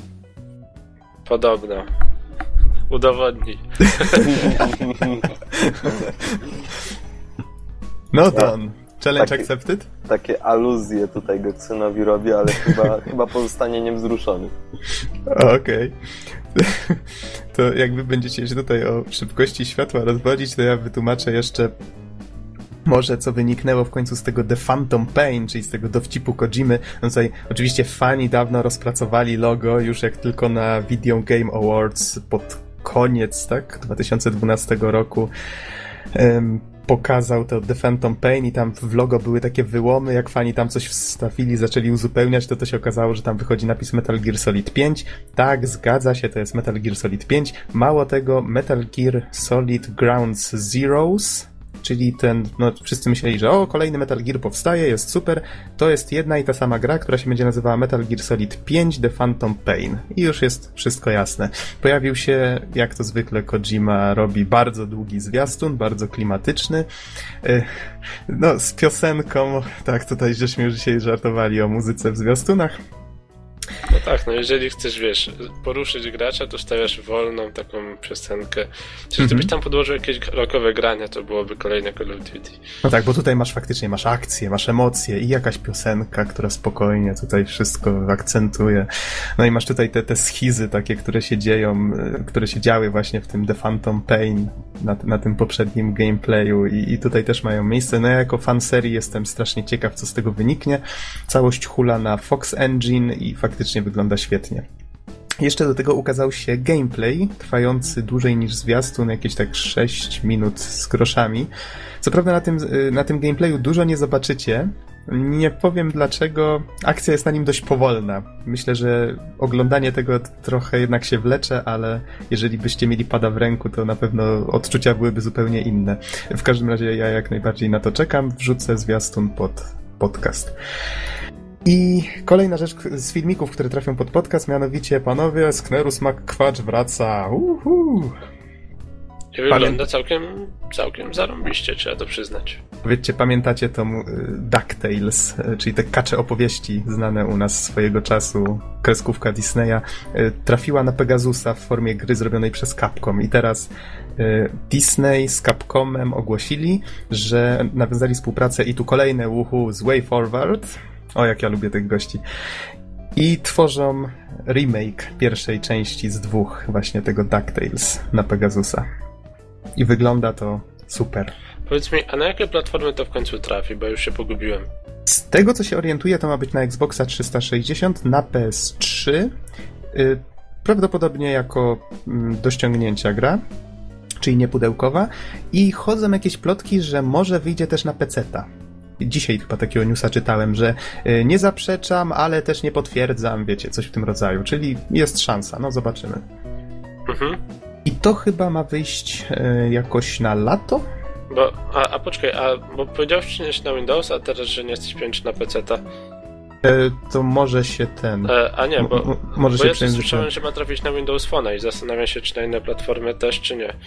Podobno. Udowodnij. No Don, challenge Taki, accepted? Takie aluzje tutaj Goxenowi robi, ale chyba, chyba pozostanie niewzruszony. Okej. Okay. To jakby będziecie się tutaj o szybkości światła rozwodzić, to ja wytłumaczę jeszcze może co wyniknęło w końcu z tego The Phantom Pain, czyli z tego dowcipu Kojimy. No tutaj oczywiście fani dawno rozpracowali logo, już jak tylko na Video Game Awards pod koniec, tak, dwa tysiące dwunastego roku um, pokazał to The Phantom Pain i tam w logo były takie wyłomy, jak fani tam coś wstawili, zaczęli uzupełniać, to to się okazało, że tam wychodzi napis Metal Gear Solid pięć. Tak, zgadza się, to jest Metal Gear Solid pięć. Mało tego, Metal Gear Solid Grounds Zeroes, czyli ten, no wszyscy myśleli, że o, kolejny Metal Gear powstaje, jest super. To jest jedna i ta sama gra, która się będzie nazywała Metal Gear Solid pięć The Phantom Pain. I już jest wszystko jasne. Pojawił się, jak to zwykle Kojima robi, bardzo długi zwiastun, bardzo klimatyczny. No, z piosenką, tak, tutaj żeśmy już dzisiaj żartowali o muzyce w zwiastunach. No tak, no jeżeli chcesz, wiesz, poruszyć gracza, to stawiasz wolną taką piosenkę. Czyli gdybyś tam podłożył jakieś rockowe grania, to byłoby kolejne Call of Duty. No tak, bo tutaj masz faktycznie, masz akcję, masz emocje i jakaś piosenka, która spokojnie tutaj wszystko akcentuje. No i masz tutaj te, te schizy takie, które się dzieją, które się działy właśnie w tym The Phantom Pain, na, na tym poprzednim gameplayu i, i tutaj też mają miejsce. No ja jako fan serii jestem strasznie ciekaw, co z tego wyniknie. Całość hula na Fox Engine i faktycznie wygląda świetnie. Jeszcze do tego ukazał się gameplay, trwający dłużej niż zwiastun, jakieś tak sześć minut z groszami. Co prawda na tym, na tym gameplayu dużo nie zobaczycie, Nie powiem dlaczego, akcja jest na nim dość powolna. Myślę, że oglądanie tego trochę jednak się wlecze, ale jeżeli byście mieli pada w ręku, to na pewno odczucia byłyby zupełnie inne. W każdym razie ja jak najbardziej na to czekam, wrzucę zwiastun pod podcast. I kolejna rzecz z filmików, które trafią pod podcast, mianowicie panowie, Sknerus McQuatch wraca. Uhu. I wygląda całkiem, całkiem zarąbiście, trzeba to przyznać. Wiecie, pamiętacie tą DuckTales, czyli te kacze opowieści znane u nas swojego czasu, kreskówka Disneya, trafiła na Pegasusa w formie gry zrobionej przez Capcom i teraz Disney z Capcomem ogłosili, że nawiązali współpracę i tu kolejne uhu z Way Forward. O, jak ja lubię tych gości. I tworzą remake pierwszej części z dwóch właśnie tego DuckTales na Pegasusa. I wygląda to super. Powiedz mi, a na jakie platformy to w końcu trafi, bo już się pogubiłem. Z tego, co się orientuję, to ma być na Xboxa trzysta sześćdziesiąt, na P S trzy, yy, prawdopodobnie jako yy, do ściągnięcia gra, czyli niepudełkowa, i chodzą jakieś plotki, że może wyjdzie też na peceta. Dzisiaj chyba takiego newsa czytałem, że yy, nie zaprzeczam, ale też nie potwierdzam, wiecie, coś w tym rodzaju, czyli jest szansa, no zobaczymy. Mhm. I to chyba ma wyjść yy, jakoś na lato? Bo, a, a poczekaj, a, bo powiedziałeś, że nie na Windows, a teraz, że nie jesteś pewien na peceta. E, to może się ten... E, a nie, bo, m- może bo się ja przejęzyczyłem. słyszałem, że ma trafić na Windows Phone i zastanawiam się, czy na inne platformy też, czy nie.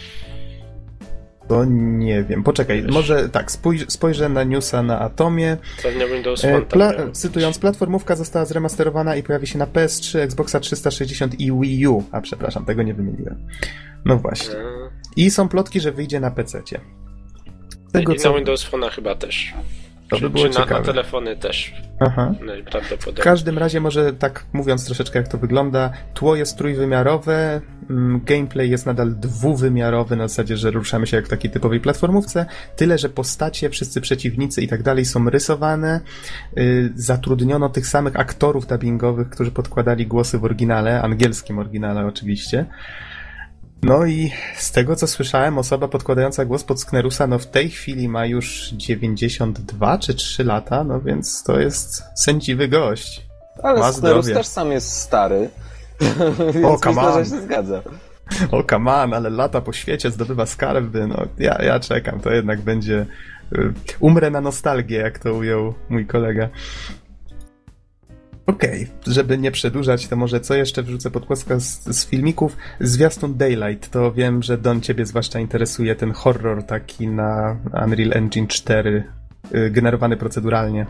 To nie wiem. Poczekaj, Wiesz. może tak, spójrz, spojrzę na newsa na Atomie. Pewnie Windows E, Phone pla- tam cytując, platformówka została zremasterowana i pojawi się na P S trzy, Xboxa trzysta sześćdziesiąt i Wii U. A przepraszam, tego nie wymieniłem. No właśnie. E... I są plotki, że wyjdzie na pececie. Tego, I co... na Windows Phone chyba też. To czy, by było czy na, ciekawe. na telefony też. Aha. Najprawdopodobniej. W każdym razie może tak mówiąc troszeczkę jak to wygląda, tło jest trójwymiarowe, gameplay jest nadal dwuwymiarowy, na zasadzie, że ruszamy się jak w takiej typowej platformówce, tyle, że postacie, wszyscy przeciwnicy i tak dalej są rysowane, yy, zatrudniono tych samych aktorów dubbingowych, którzy podkładali głosy w oryginale, angielskim oryginale oczywiście. No i z tego, co słyszałem, osoba podkładająca głos pod Sknerusa, no w tej chwili ma już dziewięćdziesiąt dwa czy trzy lata, no więc to jest sędziwy gość. Ale ma Sknerus zdrowie. też sam jest stary, więc o, come myślę, on. że się zgadza. O, come on, ale lata po świecie zdobywa skarby, no ja, ja czekam, to jednak będzie... Y, umrę na nostalgię, jak to ujął mój kolega. Okej, okay. Żeby nie przedłużać, to może co jeszcze wrzucę pod podcast z, z filmików? Zwiastun Daylight, to wiem, że Don ciebie zwłaszcza interesuje ten horror taki na Unreal Engine cztery, yy, generowany proceduralnie.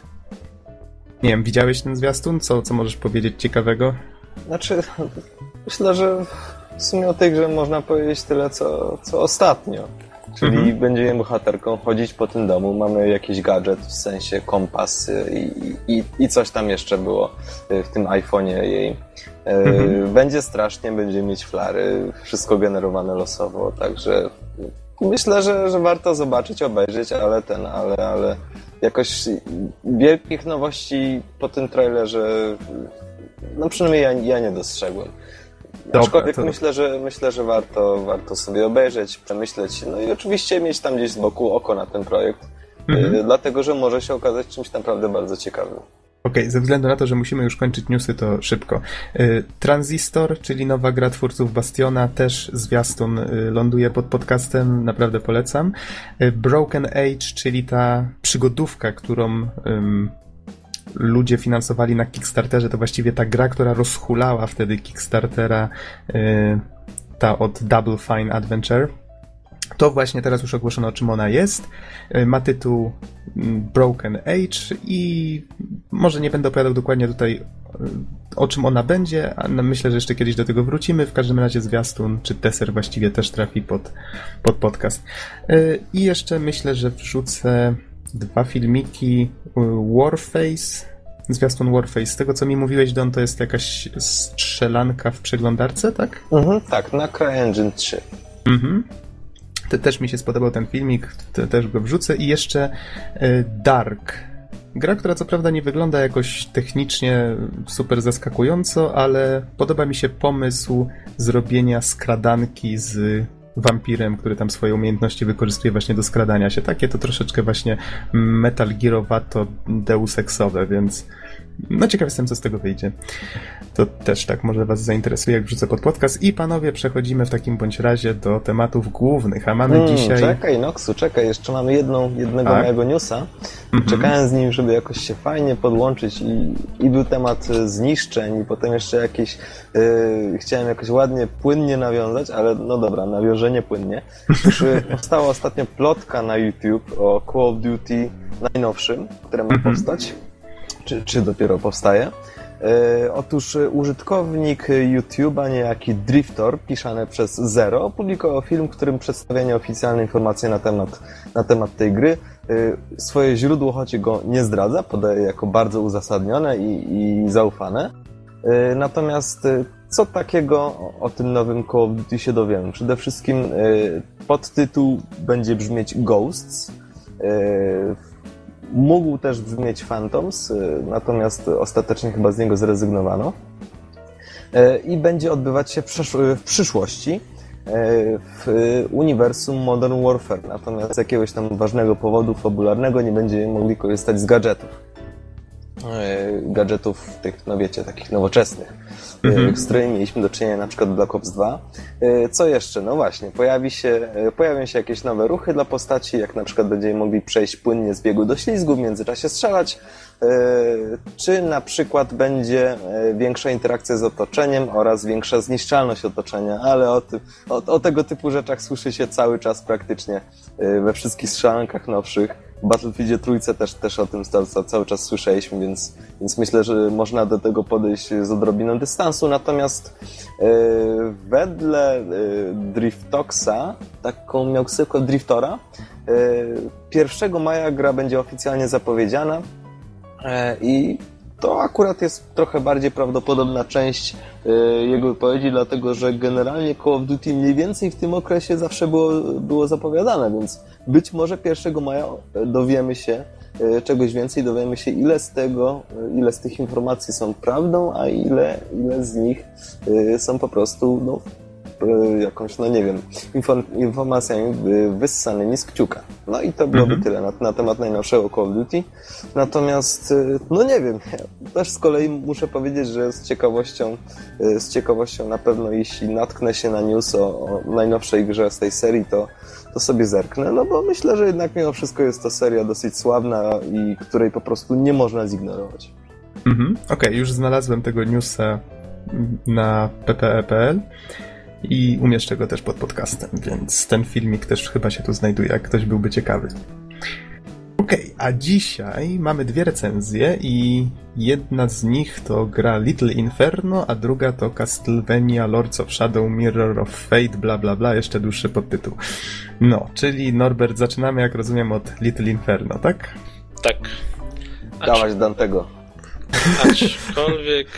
Nie wiem, widziałeś ten zwiastun? Co, co możesz powiedzieć ciekawego? Znaczy, myślę, że w sumie o tej grze można powiedzieć tyle, co, co ostatnio. Czyli mhm. będziemy bohaterką chodzić po tym domu, mamy jakiś gadżet, w sensie kompas i, i, i coś tam jeszcze było w tym iPhone'ie jej. Mhm. Będzie strasznie, będziemy mieć flary, wszystko generowane losowo, także myślę, że, że warto zobaczyć, obejrzeć, ale ten, ale, ale jakoś wielkich nowości po tym trailerze, no przynajmniej ja, ja nie dostrzegłem. Aczkolwiek to... myślę, że myślę, że warto, warto sobie obejrzeć, przemyśleć, no i oczywiście mieć tam gdzieś z boku oko na ten projekt, mhm. y, dlatego, że może się okazać czymś naprawdę bardzo ciekawym. Okej, okay, ze względu na to, że musimy już kończyć newsy, to szybko. Y, Transistor, czyli nowa gra twórców Bastiona, też zwiastun y, ląduje pod podcastem, naprawdę polecam. Y, Broken Age, czyli ta przygodówka, którą... Ym, ludzie finansowali na Kickstarterze, to właściwie ta gra, która rozhulała wtedy Kickstartera, yy, ta od Double Fine Adventure. To właśnie teraz już ogłoszono, o czym ona jest. Yy, ma tytuł Broken Age i może nie będę opowiadał dokładnie tutaj, yy, o czym ona będzie, a myślę, że jeszcze kiedyś do tego wrócimy. W każdym razie zwiastun, czy teaser właściwie też trafi pod, pod podcast. Yy, I jeszcze myślę, że wrzucę dwa filmiki. Warface, zwiastun Warface. Z tego, co mi mówiłeś, Don, to jest jakaś strzelanka w przeglądarce, tak? Mhm, tak, na CryEngine trzy. Mhm. Te, też mi się spodobał ten filmik, te, też go wrzucę. I jeszcze y, Dark. Gra, która co prawda nie wygląda jakoś technicznie super zaskakująco, ale podoba mi się pomysł zrobienia skradanki z wampirem, który tam swoje umiejętności wykorzystuje właśnie do skradania się. Takie to troszeczkę właśnie Metal Gearowato Deus Exowe, więc no ciekaw jestem, co z tego wyjdzie. To też tak może was zainteresuje, jak wrzucę pod podcast. I panowie, przechodzimy w takim bądź razie do tematów głównych, a mamy hmm, dzisiaj... Czekaj, Noxu, czekaj, jeszcze mamy jedną, jednego tak? mojego newsa. Mhm. Czekałem z nim, żeby jakoś się fajnie podłączyć i, i był temat zniszczeń i potem jeszcze jakieś... Yy, chciałem jakoś ładnie, płynnie nawiązać, ale no dobra, nawiążenie płynnie. Już powstała ostatnio plotka na YouTube o Call of Duty najnowszym, które ma mhm. powstać. Czy, czy dopiero powstaje. E, otóż użytkownik YouTube'a, niejaki Driftor, piszany przez Zero, opublikował film, w którym przedstawia nieoficjalne informacje na temat, na temat tej gry. E, swoje źródło, choć go nie zdradza, podaje jako bardzo uzasadnione i, i zaufane. E, natomiast co takiego o, o tym nowym Call of Duty się dowiemy? Przede wszystkim e, podtytuł będzie brzmieć Ghosts. E, Mógł też brzmieć Phantoms, natomiast ostatecznie chyba z niego zrezygnowano. I będzie odbywać się w przyszłości w uniwersum Modern Warfare. Natomiast z jakiegoś tam ważnego powodu fabularnego nie będziemy mogli korzystać z gadżetów. Gadżetów tych, no wiecie, takich nowoczesnych, mhm. z którymi mieliśmy do czynienia na przykład w Black Ops dwa. Co jeszcze? No właśnie, pojawi się, pojawią się jakieś nowe ruchy dla postaci, jak na przykład będziemy mogli przejść płynnie z biegu do ślizgu, w międzyczasie strzelać, czy na przykład będzie większa interakcja z otoczeniem oraz większa zniszczalność otoczenia, ale o, tym, o, o tego typu rzeczach słyszy się cały czas praktycznie we wszystkich strzelankach nowszych. W Battlefieldzie trójce też, też o tym cały, cały czas słyszeliśmy, więc, więc myślę, że można do tego podejść z odrobiną dystansu. Natomiast yy, wedle yy, Driftoxa, taką miał ksywkę Driftora, yy, pierwszego maja gra będzie oficjalnie zapowiedziana yy, i to akurat jest trochę bardziej prawdopodobna część yy, jego wypowiedzi, dlatego że generalnie Call of Duty mniej więcej w tym okresie zawsze było, było zapowiadane, więc być może pierwszego maja dowiemy się yy, czegoś więcej, dowiemy się ile z tego, yy, ile z tych informacji są prawdą, a ile, ile z nich yy, są po prostu no, yy, jakąś, no nie wiem, inform- informacjami yy, wyssanymi z kciuka. No i to byłoby mm-hmm. tyle na, na temat najnowszego Call of Duty. Natomiast, no nie wiem, ja też z kolei muszę powiedzieć, że z ciekawością, z ciekawością na pewno jeśli natknę się na news o, o najnowszej grze z tej serii, to, to sobie zerknę, no bo myślę, że jednak mimo wszystko jest to seria dosyć sławna i której po prostu nie można zignorować. Mhm. Okej, okay, już znalazłem tego newsa na p p e kropka p l i umieszczę go też pod podcastem, więc ten filmik też chyba się tu znajduje, jak ktoś byłby ciekawy. Okej, okay, a dzisiaj mamy dwie recenzje i jedna z nich to gra Little Inferno, a druga to Castlevania Lords of Shadow Mirror of Fate, bla bla bla, jeszcze dłuższy podtytuł. No, czyli Norbert, zaczynamy jak rozumiem od Little Inferno, tak? Tak. Dawać Dantego. Aczkolwiek,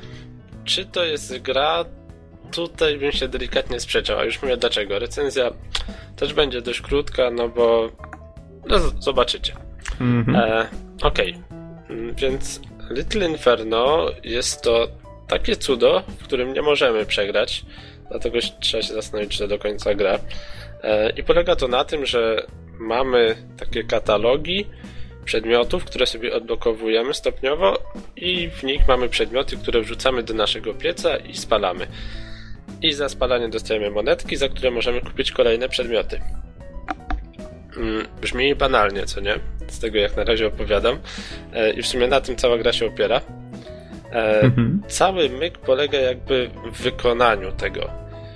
czy to jest gra? Tutaj bym się delikatnie sprzeczał, a już mówię dlaczego. Recenzja też będzie dość krótka, no bo no, zobaczycie. Mm-hmm. E, Okej, okay. Więc Little Inferno jest to takie cudo, w którym nie możemy przegrać, dlatego trzeba się zastanowić, czy to do końca gra. E, I polega to na tym, że mamy takie katalogi przedmiotów, które sobie odblokowujemy stopniowo i w nich mamy przedmioty, które wrzucamy do naszego pieca i spalamy. I za spalanie dostajemy monetki, za które możemy kupić kolejne przedmioty. Brzmi banalnie, co nie? Z tego jak na razie opowiadam. I w sumie na tym cała gra się opiera. Mhm. Cały myk polega jakby w wykonaniu tego.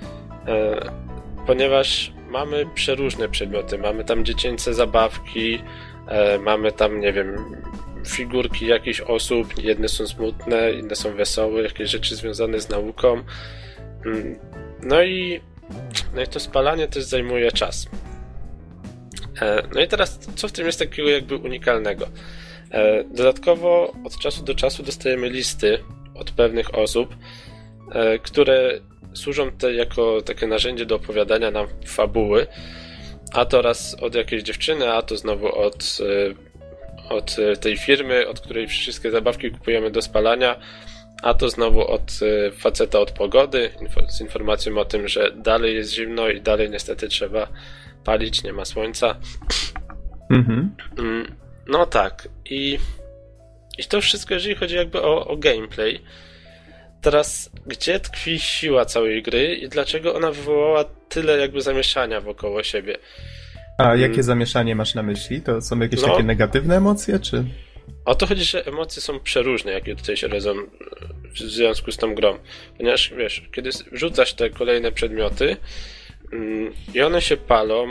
Ponieważ mamy przeróżne przedmioty. Mamy tam dziecięce zabawki, mamy tam, nie wiem, figurki jakichś osób. Jedne są smutne, inne są wesołe, jakieś rzeczy związane z nauką. No i, no i to spalanie też zajmuje czas. No i teraz, co w tym jest takiego jakby unikalnego? Dodatkowo od czasu do czasu dostajemy listy od pewnych osób, które służą te jako takie narzędzie do opowiadania nam fabuły, a to raz od jakiejś dziewczyny, a to znowu od, od tej firmy, od której wszystkie zabawki kupujemy do spalania, a to znowu od faceta od pogody, z informacją o tym, że dalej jest zimno i dalej niestety trzeba palić, nie ma słońca. Mhm. No tak, i, i to wszystko, jeżeli chodzi jakby o, o gameplay. Teraz, gdzie tkwi siła całej gry i dlaczego ona wywołała tyle jakby zamieszania wokoło siebie? A jakie hmm. zamieszanie masz na myśli? To są jakieś no, takie negatywne emocje, czy... O to chodzi, że emocje są przeróżne, jakie tutaj się rodzą w związku z tą grą. Ponieważ, wiesz, kiedy wrzucasz te kolejne przedmioty mm, i one się palą,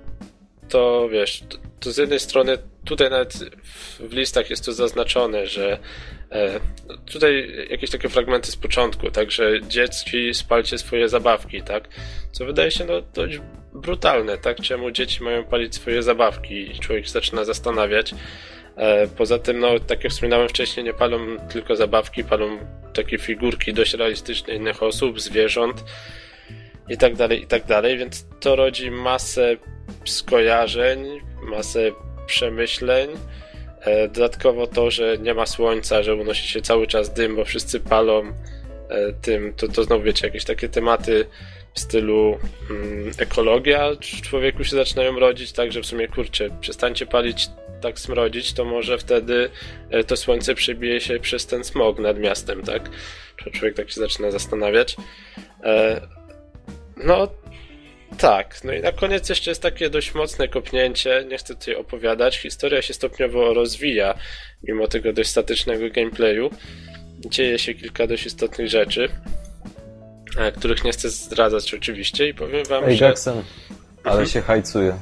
to wiesz, to, to z jednej strony tutaj nawet w, w listach jest to zaznaczone, że e, tutaj jakieś takie fragmenty z początku, tak, że dzieci spalcie swoje zabawki, tak, co wydaje się no dość brutalne, tak, czemu dzieci mają palić swoje zabawki i człowiek zaczyna zastanawiać. E, poza tym, no, tak jak wspominałem wcześniej, nie palą tylko zabawki, palą takie figurki dość realistyczne innych osób, zwierząt i tak dalej, i tak dalej, więc to rodzi masę skojarzeń, masę przemyśleń. E, dodatkowo to, że nie ma słońca, że unosi się cały czas dym, bo wszyscy palą e, tym, to, to znowu wiecie, jakieś takie tematy w stylu mm, ekologia w człowieku się zaczynają rodzić, tak, że w sumie kurczę, przestańcie palić, tak smrodzić, to może wtedy e, to słońce przebije się przez ten smog nad miastem, tak? Człowiek tak się zaczyna zastanawiać. E, no tak, no i na koniec jeszcze jest takie dość mocne kopnięcie, nie chcę tutaj opowiadać, historia się stopniowo rozwija, mimo tego dość statycznego gameplayu. Dzieje się kilka dość istotnych rzeczy, których nie chcę zdradzać oczywiście i powiem wam, Ej, że... Jackson, ale się hajcuje.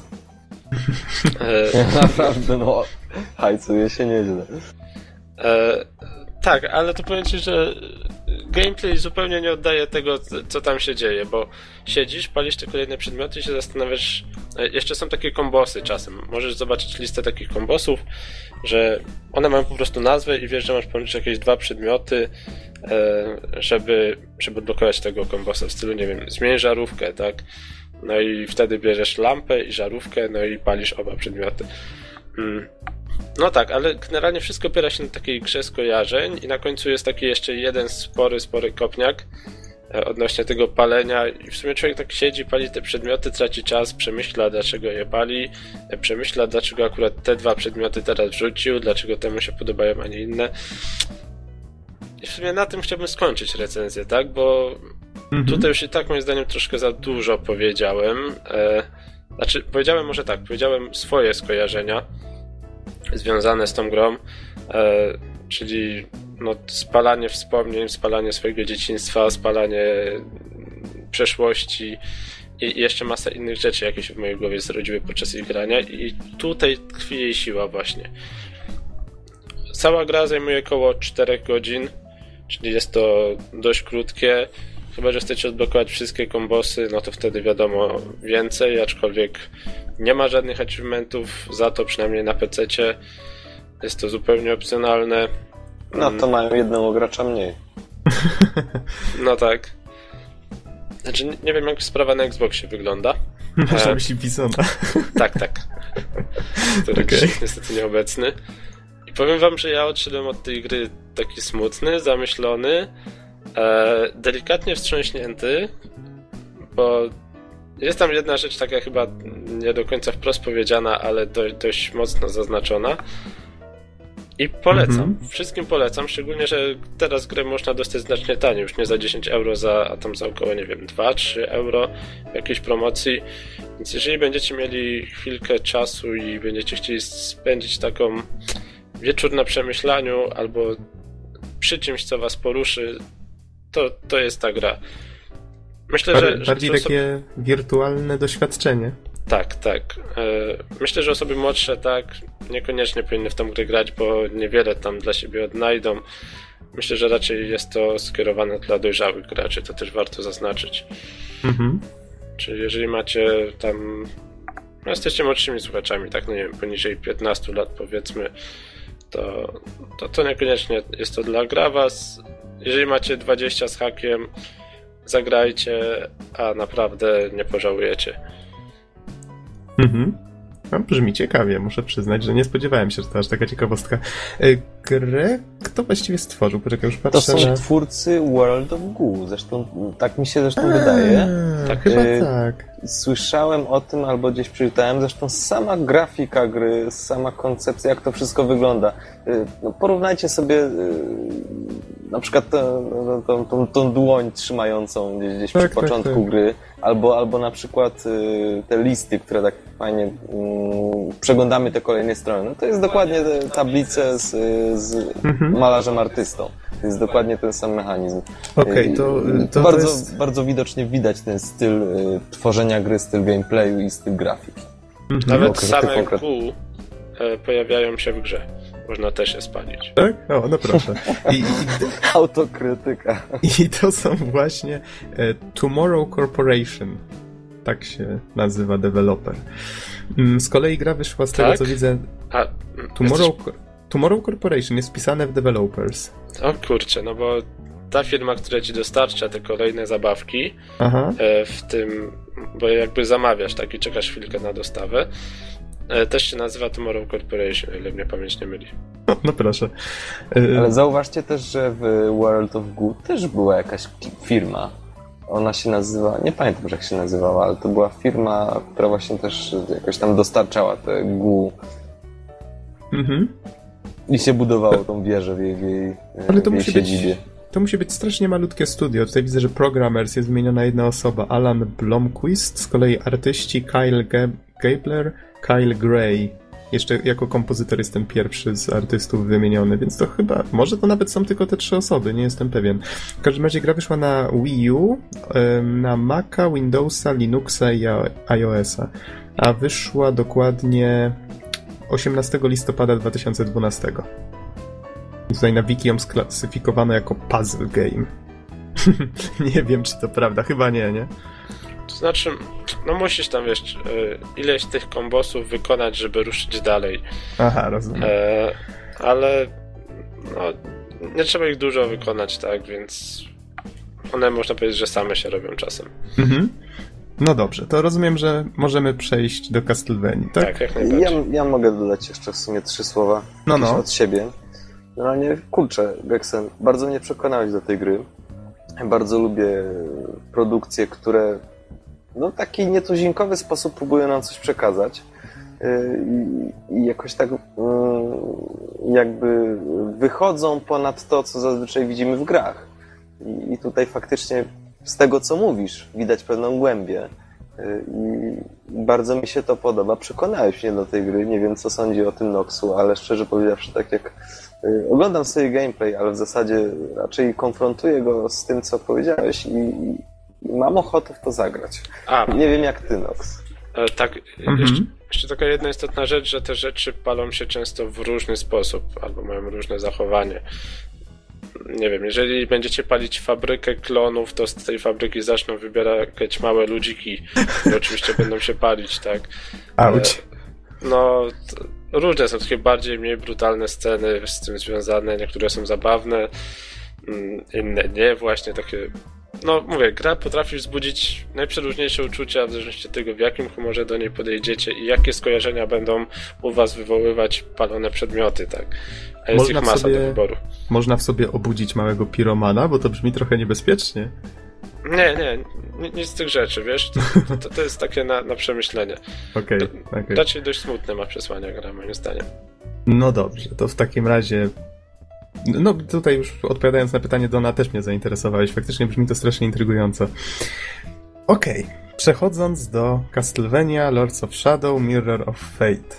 E... Naprawdę, no, hajcuje się nieźle. E... Tak, ale to powiem ci, że gameplay zupełnie nie oddaje tego, co tam się dzieje, bo siedzisz, palisz te kolejne przedmioty i się zastanawiasz... Jeszcze są takie kombosy czasem. Możesz zobaczyć listę takich kombosów, że one mają po prostu nazwę i wiesz, że masz połączyć jakieś dwa przedmioty, żeby, żeby odblokować tego kombosa w stylu, nie wiem, zmień żarówkę, tak? No i wtedy bierzesz lampę i żarówkę, no i palisz oba przedmioty. Hmm. No tak, ale generalnie wszystko opiera się na takiej grze skojarzeń i na końcu jest taki jeszcze jeden spory, spory kopniak odnośnie tego palenia i w sumie człowiek tak siedzi, pali te przedmioty, traci czas, przemyśla dlaczego je pali, przemyśla dlaczego akurat te dwa przedmioty teraz wrzucił, dlaczego temu się podobają, a nie inne. I w sumie na tym chciałbym skończyć recenzję, tak, bo mhm. tutaj już i tak moim zdaniem troszkę za dużo powiedziałem. E, znaczy, powiedziałem może tak, powiedziałem swoje skojarzenia związane z tą grą, e, czyli no, spalanie wspomnień, spalanie swojego dzieciństwa, spalanie przeszłości i jeszcze masa innych rzeczy, jakie się w mojej głowie zrodziły podczas ich grania i tutaj tkwi jej siła właśnie. Cała gra zajmuje około cztery godzin, czyli jest to dość krótkie. Chyba że chcecie odblokować wszystkie kombosy, no to wtedy wiadomo więcej, aczkolwiek nie ma żadnych achievementów, za to przynajmniej na pececie jest to zupełnie opcjonalne. No to mają jednego gracza mniej. No tak. Znaczy nie wiem jak sprawa na Xboxie wygląda. Masz na myśli Bisona. Tak, tak. Który okay. jest niestety nieobecny. I powiem wam, że ja odszedłem od tej gry taki smutny, zamyślony, e, delikatnie wstrząśnięty, bo jest tam jedna rzecz taka chyba nie do końca wprost powiedziana, ale do, dość mocno zaznaczona. I polecam, mm-hmm. wszystkim polecam, szczególnie, że teraz grę można dostać znacznie taniej, już nie za dziesięć euro, za, a tam za około, nie wiem, dwa trzy euro w jakiejś promocji, więc jeżeli będziecie mieli chwilkę czasu i będziecie chcieli spędzić taką wieczór na przemyślaniu albo przy czymś, co was poruszy, to, to jest ta gra. Myślę, Bar- że... Bardziej że takie osoby... wirtualne doświadczenie. Tak, tak. Myślę, że osoby młodsze tak niekoniecznie powinny w tą grę grać, bo niewiele tam dla siebie odnajdą. Myślę, że raczej jest to skierowane dla dojrzałych graczy, to też warto zaznaczyć. Mhm. Czyli jeżeli macie tam... No jesteście młodszymi słuchaczami, tak, no nie wiem, poniżej piętnastu lat powiedzmy, to, to, to niekoniecznie jest to dla gra was. Jeżeli macie dwadzieścia z hakiem, zagrajcie, a naprawdę nie pożałujecie. Mhm. No, brzmi ciekawie, muszę przyznać, że nie spodziewałem się, że to aż taka ciekawostka. Grę kto właściwie stworzył? Poczekaj, już patrzę. To są na... twórcy World of Goo, zresztą tak mi się zresztą A, wydaje. Tak, chyba y- tak. Słyszałem o tym albo gdzieś przeczytałem, zresztą sama grafika gry, sama koncepcja, jak to wszystko wygląda. No, porównajcie sobie na przykład tą, tą, tą, tą dłoń trzymającą gdzieś, gdzieś tak, przy początku tak, tak. gry, albo, albo na przykład te listy, które tak fajnie um, przeglądamy te kolejne strony. No to jest dokładnie te tablice z, z mhm. malarzem artystą. To jest dokładnie ten sam mechanizm. Okej, okay, to, to bardzo, to jest... bardzo widocznie widać ten styl y, tworzenia gry, styl gameplayu i styl grafiki. Mhm. Nawet same konkret... kół e, pojawiają się w grze. Można też je spalić. Tak? O, no proszę. I, i, Autokrytyka. I to są właśnie e, Tomorrow Corporation. Tak się nazywa deweloper. Z kolei gra wyszła z tak? tego, co widzę... A, Tomorrow, jesteś... Tomorrow Corporation jest wpisane w Developers. O kurczę, no bo ta firma, która ci dostarcza te kolejne zabawki, Aha. w tym, bo jakby zamawiasz, tak, i czekasz chwilkę na dostawę, też się nazywa Tomorrow Corporation, o ile mnie pamięć nie myli. No, no proszę. Ale zauważcie też, że w World of Goo też była jakaś firma. Ona się nazywa, nie pamiętam, jak się nazywała, ale to była firma, która właśnie też jakoś tam dostarczała te Goo. Mhm. I się budowało tą wieżę w jej, w jej, ale to w jej musi siedzibie. Być, to musi być strasznie malutkie studio. Tutaj widzę, że Programmers jest wymieniona jedna osoba, Alan Blomqvist, z kolei artyści Kyle Gabler, Kyle Gray. Jeszcze jako kompozytor jest ten pierwszy z artystów wymieniony, więc to chyba, może to nawet są tylko te trzy osoby, nie jestem pewien. W każdym razie gra wyszła na Wii U, na Maca, Windowsa, Linuxa i iOS-a, a wyszła dokładnie osiemnastego listopada dwa tysiące dwunastego. Tutaj na wiki ją sklasyfikowano jako puzzle game. Nie wiem, czy to prawda, chyba nie, nie? To znaczy, no musisz tam, wiesz, ileś tych kombosów wykonać, żeby ruszyć dalej. Aha, rozumiem. E, ale no, nie trzeba ich dużo wykonać, tak, więc one można powiedzieć, że same się robią czasem. Mhm. No dobrze, to rozumiem, że możemy przejść do Castlevanii, tak? Tak, jak najbardziej. Ja, ja mogę dodać jeszcze w sumie trzy słowa no, no. od siebie. Generalnie, kurczę, Geksen, bardzo mnie przekonałeś do tej gry. Bardzo lubię produkcje, które no taki nietuzinkowy sposób próbują nam coś przekazać i, i jakoś tak jakby wychodzą ponad to, co zazwyczaj widzimy w grach. I, i tutaj faktycznie z tego, co mówisz, widać pewną głębię. I bardzo mi się to podoba. Przekonałeś mnie do tej gry. Nie wiem, co sądzi o tym Noxu, ale szczerze powiedziawszy, tak jak oglądam sobie gameplay, ale w zasadzie raczej konfrontuję go z tym, co powiedziałeś i, i mam ochotę w to zagrać. A, nie wiem, jak ty, Nox. E, tak, mhm. jeszcze, jeszcze taka jedna istotna rzecz, że te rzeczy palą się często w różny sposób, albo mają różne zachowanie. Nie wiem, jeżeli będziecie palić fabrykę klonów, to z tej fabryki zaczną wybierać małe ludziki, które oczywiście będą się palić, tak? Auć. No, różne są takie bardziej, mniej brutalne sceny z tym związane, niektóre są zabawne, inne nie, właśnie takie... No, mówię, gra potrafi wzbudzić najprzeróżniejsze uczucia w zależności od tego, w jakim humorze do niej podejdziecie i jakie skojarzenia będą u was wywoływać palone przedmioty, tak? A jest można ich masa sobie, do wyboru. Można w sobie obudzić małego piromana, bo to brzmi trochę niebezpiecznie. Nie, nie, nic z tych rzeczy, wiesz? To, to, to jest takie na, na przemyślenie. Okej, okay, okay. Raczej dość smutne ma przesłania gra, moim zdaniem. No dobrze, to w takim razie... No tutaj już odpowiadając na pytanie Dona, też mnie zainteresowałeś. Faktycznie brzmi to strasznie intrygująco. Okej, okay. Przechodząc do Castlevania Lords of Shadow Mirror of Fate.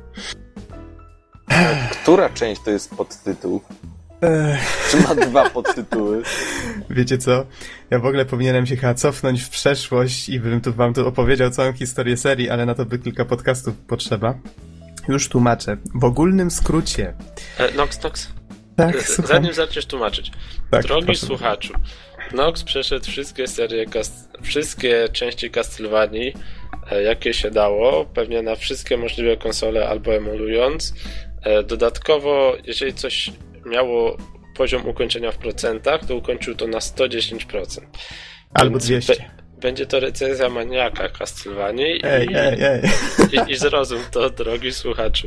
Która część to jest podtytuł? Ech. Czy ma dwa podtytuły? Wiecie co? Ja w ogóle powinienem się chyba cofnąć w przeszłość i bym tu wam tu opowiedział całą historię serii, ale na to by kilka podcastów potrzeba. Już tłumaczę. W ogólnym skrócie. E, Nox, Nox. Tak, zanim zaczniesz tłumaczyć. Tak, drogi proszę. Słuchaczu, Nox przeszedł wszystkie serie, wszystkie części Castlevanii, jakie się dało, pewnie na wszystkie możliwe konsole albo emulując. Dodatkowo, jeżeli coś miało poziom ukończenia w procentach, to ukończył to na sto dziesięć procent. Albo dwieście. będzie to recenzja maniaka Castlevanii i, ej, ej, ej. i, i zrozum to, drogi słuchaczu.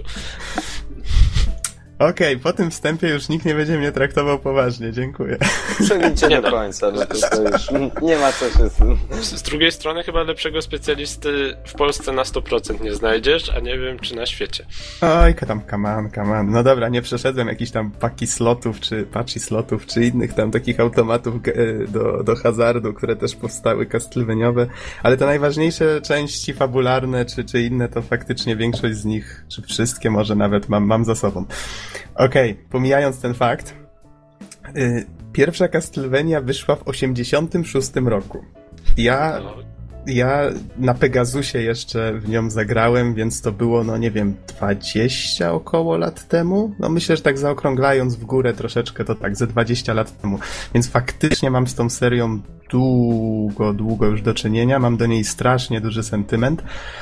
Okej, okay, po tym wstępie już nikt nie będzie mnie traktował poważnie, dziękuję. Przemijcie do końca, no to, to już nie ma co się z tym. Z drugiej strony chyba lepszego specjalisty w Polsce na sto procent nie znajdziesz, a nie wiem czy na świecie. Oj, tam, come on, come on. No dobra, nie przeszedłem jakichś tam paki slotów, czy patchy slotów, czy innych tam takich automatów do, do hazardu, które też powstały Castlevaniaowe, ale te najważniejsze części fabularne, czy, czy inne, to faktycznie większość z nich, czy wszystkie może nawet mam, mam za sobą. Okej, okay, pomijając ten fakt, yy, pierwsza Castlevania wyszła w osiemdziesiątym szóstym roku. Ja, ja na Pegasusie jeszcze w nią zagrałem, więc to było, no nie wiem, dwadzieścia około lat temu. No myślę, że tak zaokrąglając w górę troszeczkę, to tak, ze dwadzieścia lat temu. Więc faktycznie mam z tą serią długo, długo już do czynienia. Mam do niej strasznie duży sentyment.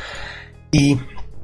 I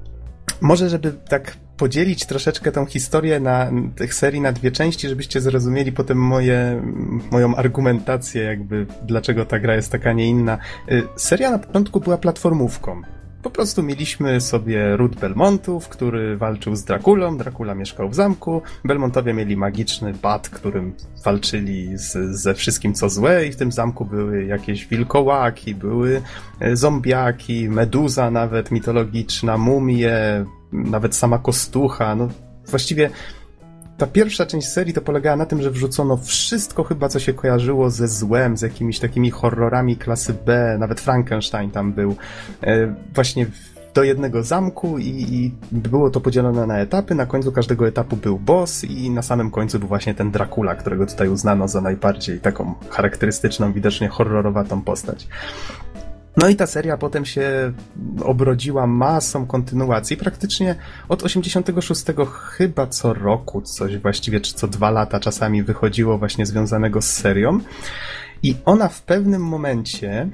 może, żeby tak podzielić troszeczkę tą historię na tych serii na dwie części, żebyście zrozumieli potem moje, moją argumentację, jakby dlaczego ta gra jest taka, nie inna. Seria na początku była platformówką. Po prostu mieliśmy sobie ród Belmontów, który walczył z Drakulą, Dracula mieszkał w zamku, Belmontowie mieli magiczny bat, którym walczyli z, ze wszystkim co złe i w tym zamku były jakieś wilkołaki, były zombiaki, meduza nawet mitologiczna, mumie, nawet sama kostucha, no właściwie ta pierwsza część serii to polegała na tym, że wrzucono wszystko chyba, co się kojarzyło ze złem, z jakimiś takimi horrorami klasy B, nawet Frankenstein tam był, e, właśnie do jednego zamku i, i było to podzielone na etapy, na końcu każdego etapu był boss i na samym końcu był właśnie ten Dracula, którego tutaj uznano za najbardziej taką charakterystyczną, widocznie horrorowatą postać. No i ta seria potem się obrodziła masą kontynuacji. Praktycznie od osiemdziesiątego szóstego chyba co roku coś właściwie, czy co dwa lata czasami wychodziło właśnie związanego z serią. I ona w pewnym momencie...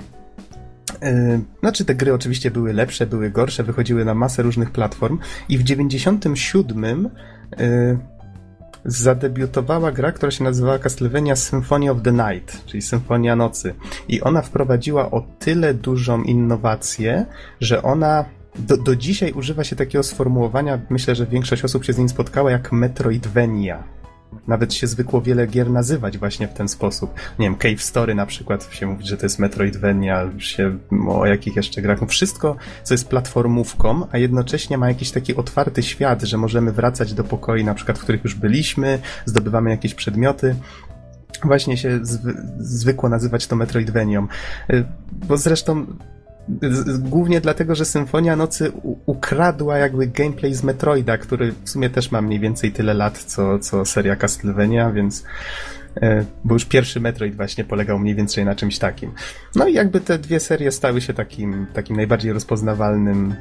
Yy, znaczy te gry oczywiście były lepsze, były gorsze, wychodziły na masę różnych platform i w dziewięćdziesiątym siódmym yy, zadebiutowała gra, która się nazywała Castlevania Symphony of the Night, czyli Symfonia Nocy. I ona wprowadziła o tyle dużą innowację, że ona do, do dzisiaj używa się takiego sformułowania, myślę, że większość osób się z nim spotkała, jak Metroidvania. Nawet się zwykło wiele gier nazywać właśnie w ten sposób. Nie wiem, Cave Story na przykład się mówi, że to jest Metroidvania, się o jakich jeszcze grach. No wszystko, co jest platformówką, a jednocześnie ma jakiś taki otwarty świat, że możemy wracać do pokoi, na przykład, w których już byliśmy, zdobywamy jakieś przedmioty. Właśnie się zwy- zwykło nazywać to Metroidvanią. Bo zresztą głównie dlatego, że Symfonia Nocy u- ukradła jakby gameplay z Metroida, który w sumie też ma mniej więcej tyle lat, co, co seria Castlevania, więc e, bo już pierwszy Metroid właśnie polegał mniej więcej na czymś takim. No i jakby te dwie serie stały się takim, takim najbardziej rozpoznawalnym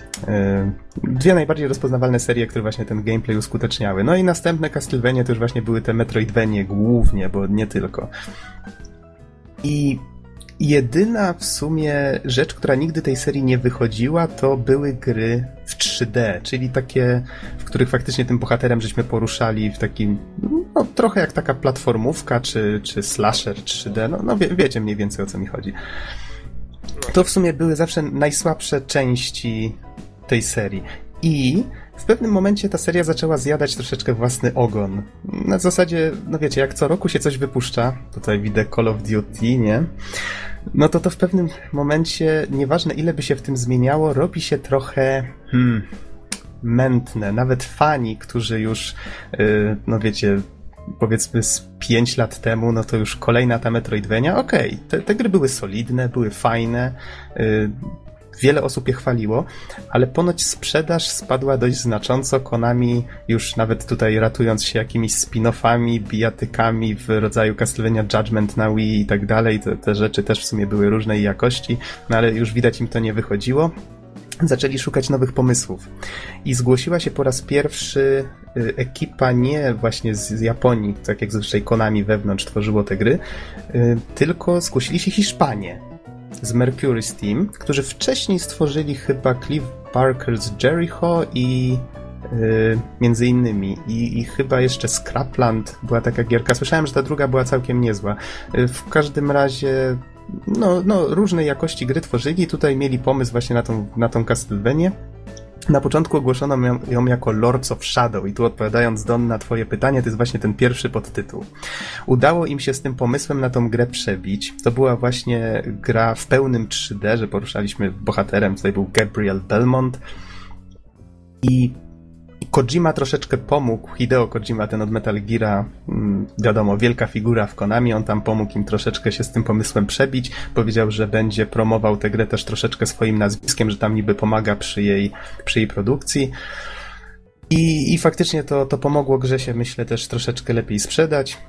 e, dwie najbardziej rozpoznawalne serie, które właśnie ten gameplay uskuteczniały. No i następne Castlevania to już właśnie były te Metroidvanie głównie, bo nie tylko. I jedyna w sumie rzecz, która nigdy tej serii nie wychodziła, to były gry w trzy D, czyli takie, w których faktycznie tym bohaterem żeśmy poruszali w takim, no trochę jak taka platformówka, czy, czy slasher trzy D, no, no wie, wiecie mniej więcej o co mi chodzi. To w sumie były zawsze najsłabsze części tej serii. I w pewnym momencie ta seria zaczęła zjadać troszeczkę własny ogon. Na zasadzie, no wiecie, jak co roku się coś wypuszcza, tutaj widzę Call of Duty, nie? No to to w pewnym momencie, nieważne ile by się w tym zmieniało, robi się trochę hmm, mętne. Nawet fani, którzy już, yy, no wiecie, powiedzmy z pięć lat temu, no to już kolejna ta Metroidvania, okej, okay, te, te gry były solidne, były fajne, yy, wiele osób je chwaliło, ale ponoć sprzedaż spadła dość znacząco. Konami już nawet tutaj ratując się jakimiś spin-offami, bijatykami w rodzaju Castlevania Judgment na Wii i tak dalej, te, te rzeczy też w sumie były różnej jakości, no ale już widać im to nie wychodziło. Zaczęli szukać nowych pomysłów. I zgłosiła się po raz pierwszy y, ekipa nie właśnie z, z Japonii, tak jak zazwyczaj Konami wewnątrz tworzyło te gry, y, tylko zgłosili się Hiszpanie z Mercury Steam, którzy wcześniej stworzyli chyba Cliff Barker's Jericho i yy, między innymi i, i chyba jeszcze Scrapland była taka gierka. Słyszałem, że ta druga była całkiem niezła. Yy, w każdym razie no, no, różnej jakości gry tworzyli. Tutaj mieli pomysł właśnie na tą, na tą Castlevanię. Na początku ogłoszono ją, ją jako Lords of Shadow i tu odpowiadając, Don, na twoje pytanie, to jest właśnie ten pierwszy podtytuł. Udało im się z tym pomysłem na tą grę przebić. To była właśnie gra w pełnym trzy D, że poruszaliśmy bohaterem, tutaj był Gabriel Belmont i Kojima troszeczkę pomógł, Hideo Kojima, ten od Metal Geara, wiadomo, wielka figura w Konami, on tam pomógł im troszeczkę się z tym pomysłem przebić, powiedział, że będzie promował tę grę też troszeczkę swoim nazwiskiem, że tam niby pomaga przy jej, przy jej produkcji i, i faktycznie to, to pomogło grze się, myślę, też troszeczkę lepiej sprzedać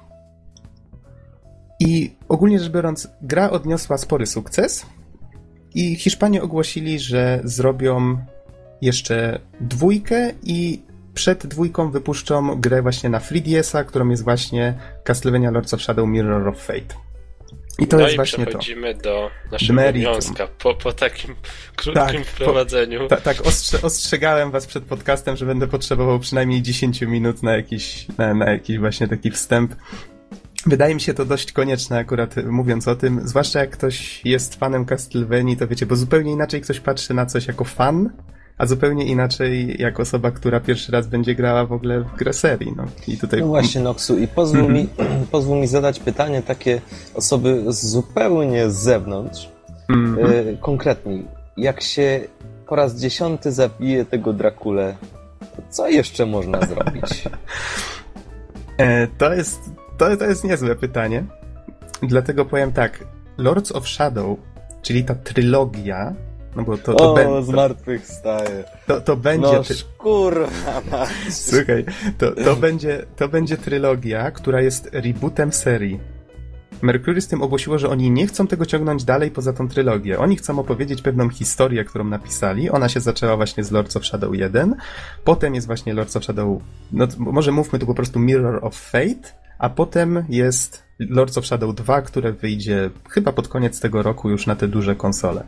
i ogólnie rzecz biorąc, gra odniosła spory sukces i Hiszpanie ogłosili, że zrobią jeszcze dwójkę i przed dwójką wypuszczą grę właśnie na trzy D S a, którą jest właśnie Castlevania Lords of Shadow Mirror of Fate. I to no jest i właśnie to. przechodzimy do naszego wiązka po, po takim krótkim tak, wprowadzeniu. Po, ta, tak, ostrze, ostrzegałem was przed podcastem, że będę potrzebował przynajmniej dziesięć minut na jakiś, na, na jakiś właśnie taki wstęp. Wydaje mi się to dość konieczne akurat mówiąc o tym, zwłaszcza jak ktoś jest fanem Castlevanii, to wiecie, bo zupełnie inaczej ktoś patrzy na coś jako fan, a zupełnie inaczej jak osoba, która pierwszy raz będzie grała w ogóle w grę serii. No, i tutaj... no właśnie, Noxu, i pozwól, mm-hmm. mi, pozwól mi zadać pytanie takie osoby zupełnie z zewnątrz. Mm-hmm. E, konkretnie, jak się po raz dziesiąty zabije tego Drakulę, to co jeszcze można zrobić? e, to jest to, to jest niezłe pytanie. Dlatego powiem tak, Lords of Shadow, czyli ta trylogia, no bo to, to o, ben, zmartwychwstaje. To, to będzie... No ty... kurwa mać. Słuchaj, to, to, będzie, to będzie trylogia, która jest rebootem serii. Mercury z tym ogłosiło, że oni nie chcą tego ciągnąć dalej poza tą trylogię. Oni chcą opowiedzieć pewną historię, którą napisali. Ona się zaczęła właśnie z Lords of Shadow jeden. Potem jest właśnie Lords of Shadow... No może mówmy tu po prostu Mirror of Fate, a potem jest Lords of Shadow dwa, które wyjdzie chyba pod koniec tego roku już na te duże konsole.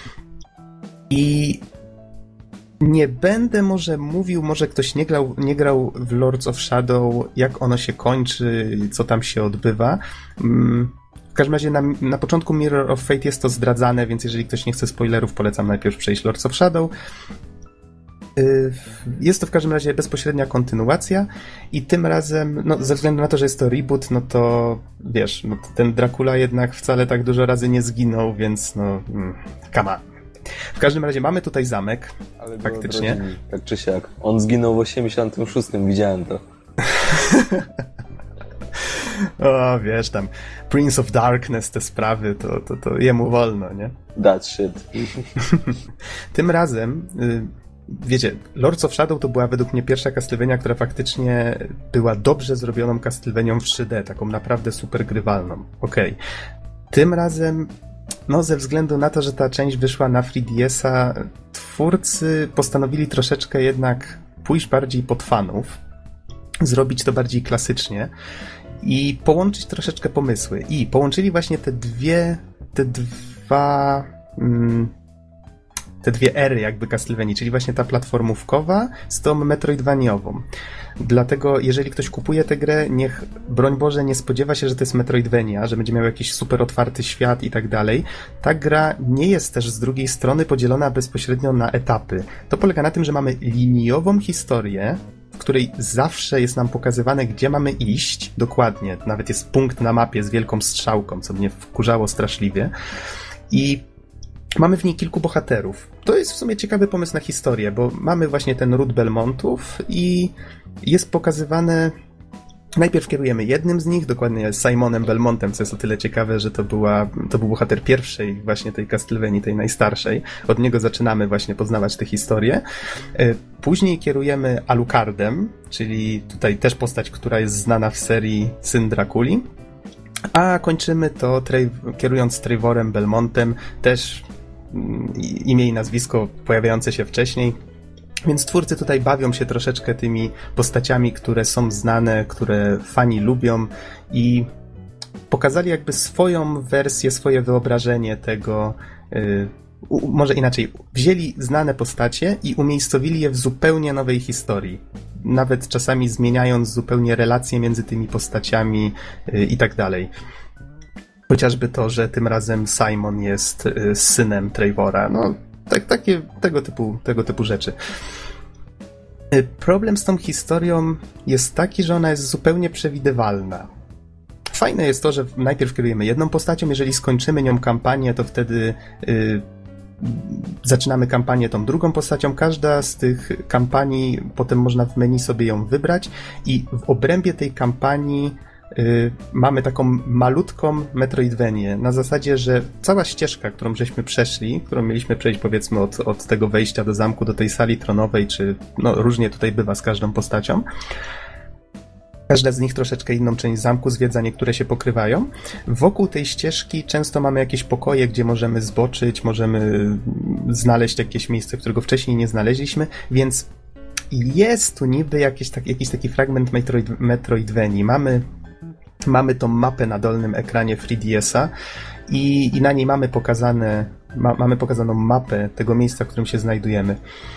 I nie będę może mówił, może ktoś nie grał, nie grał w Lords of Shadow, jak ono się kończy, co tam się odbywa. W każdym razie na, na początku Mirror of Fate jest to zdradzane, więc jeżeli ktoś nie chce spoilerów, polecam najpierw przejść Lords of Shadow. Jest to w każdym razie bezpośrednia kontynuacja i tym razem, no ze względu na to, że jest to reboot, no to wiesz, no to ten Dracula jednak wcale tak dużo razy nie zginął, więc no, come on. W każdym razie mamy tutaj zamek, ale faktycznie. Drogi, tak czy siak. On zginął w osiemdziesiątym szóstym, widziałem to. O, wiesz tam, Prince of Darkness, te sprawy, to, to, to jemu wolno, nie? That shit. Tym razem, wiecie, Lords of Shadow to była według mnie pierwsza Castlevania, która faktycznie była dobrze zrobioną Castlevanią w trzy D, taką naprawdę super grywalną. Okej. Okay. Tym razem no ze względu na to, że ta część wyszła na trzy D S a, twórcy postanowili troszeczkę jednak pójść bardziej pod fanów, zrobić to bardziej klasycznie i połączyć troszeczkę pomysły. I połączyli właśnie te dwie, te dwa, mm, te dwie ery jakby Castlevanii, czyli właśnie ta platformówkowa z tą metroidvaniową. Dlatego jeżeli ktoś kupuje tę grę, niech broń Boże nie spodziewa się, że to jest Metroidvania, że będzie miał jakiś super otwarty świat i tak dalej. Ta gra nie jest też z drugiej strony podzielona bezpośrednio na etapy. To polega na tym, że mamy liniową historię, w której zawsze jest nam pokazywane, gdzie mamy iść, dokładnie. Nawet jest punkt na mapie z wielką strzałką, co mnie wkurzało straszliwie. I mamy w niej kilku bohaterów. To jest w sumie ciekawy pomysł na historię, bo mamy właśnie ten ród Belmontów i jest pokazywane... Najpierw kierujemy jednym z nich, dokładnie Simonem Belmontem, co jest o tyle ciekawe, że to, była, to był bohater pierwszej właśnie tej Castlevanii, tej najstarszej. Od niego zaczynamy właśnie poznawać tę historię. Później kierujemy Alucardem, czyli tutaj też postać, która jest znana w serii Syn Drakuli. A kończymy to Tra- kierując Trevorem Belmontem, też imię i nazwisko pojawiające się wcześniej. Więc twórcy tutaj bawią się troszeczkę tymi postaciami, które są znane, które fani lubią i pokazali jakby swoją wersję, swoje wyobrażenie tego, yy, u, może inaczej, wzięli znane postacie i umiejscowili je w zupełnie nowej historii. Nawet czasami zmieniając zupełnie relacje między tymi postaciami yy, i tak dalej. Chociażby to, że tym razem Simon jest y, synem Trevor'a. No, tak, takie, tego typu, tego typu rzeczy. Y, problem z tą historią jest taki, że ona jest zupełnie przewidywalna. Fajne jest to, że najpierw kierujemy jedną postacią, jeżeli skończymy nią kampanię, to wtedy y, zaczynamy kampanię tą drugą postacią. Każda z tych kampanii, potem można w menu sobie ją wybrać i w obrębie tej kampanii y, mamy taką malutką Metroidvanię, na zasadzie, że cała ścieżka, którą żeśmy przeszli, którą mieliśmy przejść powiedzmy od, od tego wejścia do zamku, do tej sali tronowej, czy no różnie tutaj bywa z każdą postacią. Każda z nich troszeczkę inną część zamku zwiedza, niektóre się pokrywają. Wokół tej ścieżki często mamy jakieś pokoje, gdzie możemy zboczyć, możemy znaleźć jakieś miejsce, którego wcześniej nie znaleźliśmy, więc jest tu niby jakiś, tak, jakiś taki fragment Metroid, Metroidvanii. Mamy, mamy tą mapę na dolnym ekranie trzy D S-a i, i na niej mamy pokazane, ma, mamy pokazaną mapę tego miejsca, w którym się znajdujemy.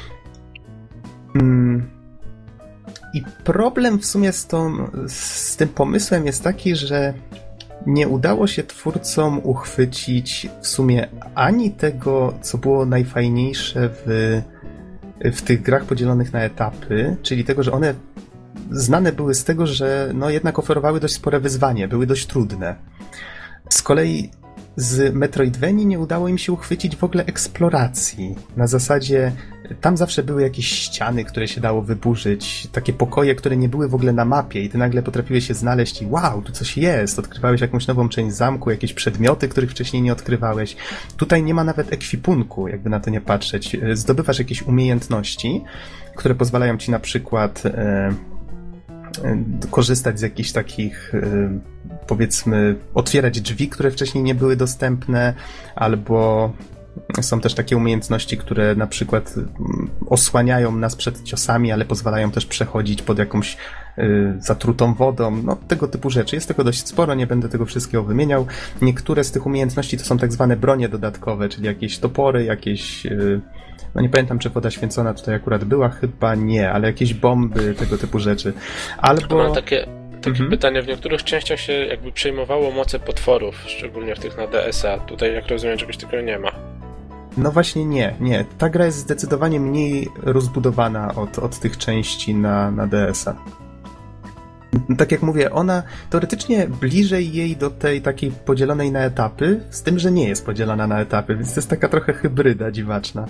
Hmm. I problem w sumie z, tą, z tym pomysłem jest taki, że nie udało się twórcom uchwycić w sumie ani tego, co było najfajniejsze w, w tych grach podzielonych na etapy, czyli tego, że one znane były z tego, że no jednak oferowały dość spore wyzwanie, były dość trudne. Z kolei z Metroidvanii nie udało im się uchwycić w ogóle eksploracji. Na zasadzie tam zawsze były jakieś ściany, które się dało wyburzyć, takie pokoje, które nie były w ogóle na mapie i ty nagle potrafiłeś się znaleźć i wow, tu coś jest, odkrywałeś jakąś nową część zamku, jakieś przedmioty, których wcześniej nie odkrywałeś. Tutaj nie ma nawet ekwipunku, jakby na to nie patrzeć. Zdobywasz jakieś umiejętności, które pozwalają ci na przykład e, korzystać z jakichś takich, powiedzmy, otwierać drzwi, które wcześniej nie były dostępne, albo są też takie umiejętności, które na przykład osłaniają nas przed ciosami, ale pozwalają też przechodzić pod jakąś zatrutą wodą, no tego typu rzeczy. Jest tego dość sporo, nie będę tego wszystkiego wymieniał. Niektóre z tych umiejętności to są tak zwane bronie dodatkowe, czyli jakieś topory, jakieś... No nie pamiętam, czy woda święcona tutaj akurat była, chyba nie, ale jakieś bomby, tego typu rzeczy. Albo... Mam takie, takie mhm. pytanie, w niektórych częściach się jakby przejmowało moce potworów, szczególnie w tych na D S a. Tutaj, jak rozumiem, czegoś takiego nie ma. No właśnie nie, nie. Ta gra jest zdecydowanie mniej rozbudowana od, od tych części na, na D S a. Tak jak mówię, ona teoretycznie bliżej jej do tej takiej podzielonej na etapy, z tym, że nie jest podzielona na etapy, więc to jest taka trochę hybryda dziwaczna.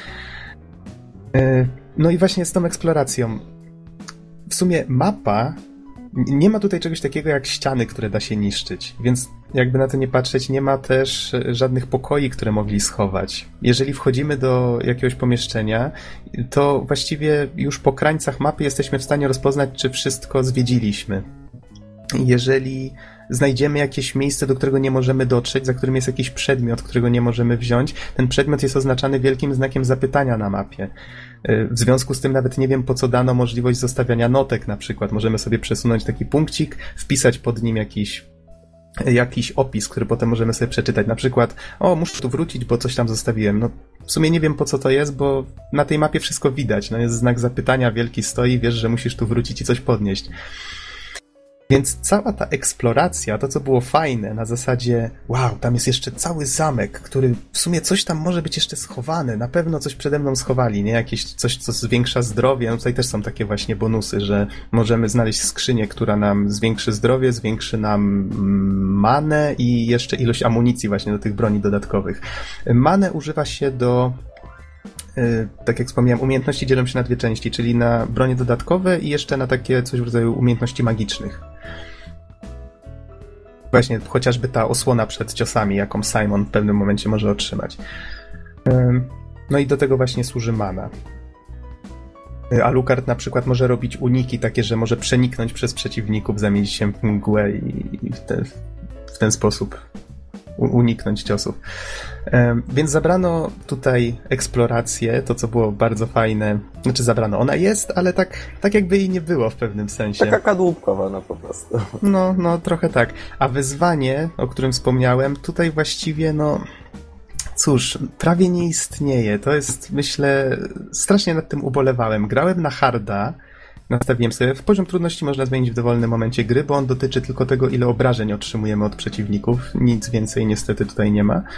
No i właśnie z tą eksploracją. W sumie mapa, nie ma tutaj czegoś takiego jak ściany, które da się niszczyć, więc jakby na to nie patrzeć, nie ma też żadnych pokoi, które mogli schować. Jeżeli wchodzimy do jakiegoś pomieszczenia, to właściwie już po krańcach mapy jesteśmy w stanie rozpoznać, czy wszystko zwiedziliśmy. Jeżeli znajdziemy jakieś miejsce, do którego nie możemy dotrzeć, za którym jest jakiś przedmiot, którego nie możemy wziąć, ten przedmiot jest oznaczany wielkim znakiem zapytania na mapie. W związku z tym nawet nie wiem, po co dano możliwość zostawiania notek na przykład. Możemy sobie przesunąć taki punkcik, wpisać pod nim jakiś jakiś opis, który potem możemy sobie przeczytać. Na przykład, o, muszę tu wrócić, bo coś tam zostawiłem. No, w sumie nie wiem, po co to jest, bo na tej mapie wszystko widać. No, jest znak zapytania, wielki stoi, wiesz, że musisz tu wrócić i coś podnieść. Więc cała ta eksploracja, to co było fajne, na zasadzie wow, tam jest jeszcze cały zamek, który w sumie coś tam może być jeszcze schowane, na pewno coś przede mną schowali, nie? Jakieś coś, co zwiększa zdrowie, no tutaj też są takie właśnie bonusy, że możemy znaleźć skrzynię, która nam zwiększy zdrowie, zwiększy nam manę i jeszcze ilość amunicji właśnie do tych broni dodatkowych. Manę używa się do... tak jak wspomniałem, umiejętności dzielą się na dwie części, czyli na bronie dodatkowe i jeszcze na takie coś w rodzaju umiejętności magicznych. Właśnie chociażby ta osłona przed ciosami, jaką Simon w pewnym momencie może otrzymać. No i do tego właśnie służy mana. Alucard na przykład może robić uniki takie, że może przeniknąć przez przeciwników, zamienić się w mgłę i w ten, w ten sposób uniknąć ciosów. Więc zabrano tutaj eksplorację, to co było bardzo fajne. Znaczy zabrano, ona jest, ale tak, tak jakby jej nie było w pewnym sensie. Taka kadłubkowa, no po prostu. No, no trochę tak. A wyzwanie, o którym wspomniałem, tutaj właściwie no cóż, prawie nie istnieje. To jest, myślę, strasznie nad tym ubolewałem. Grałem na harda nastawiłem sobie. W poziom trudności można zmienić w dowolnym momencie gry, bo on dotyczy tylko tego, ile obrażeń otrzymujemy od przeciwników. Nic więcej niestety tutaj nie ma.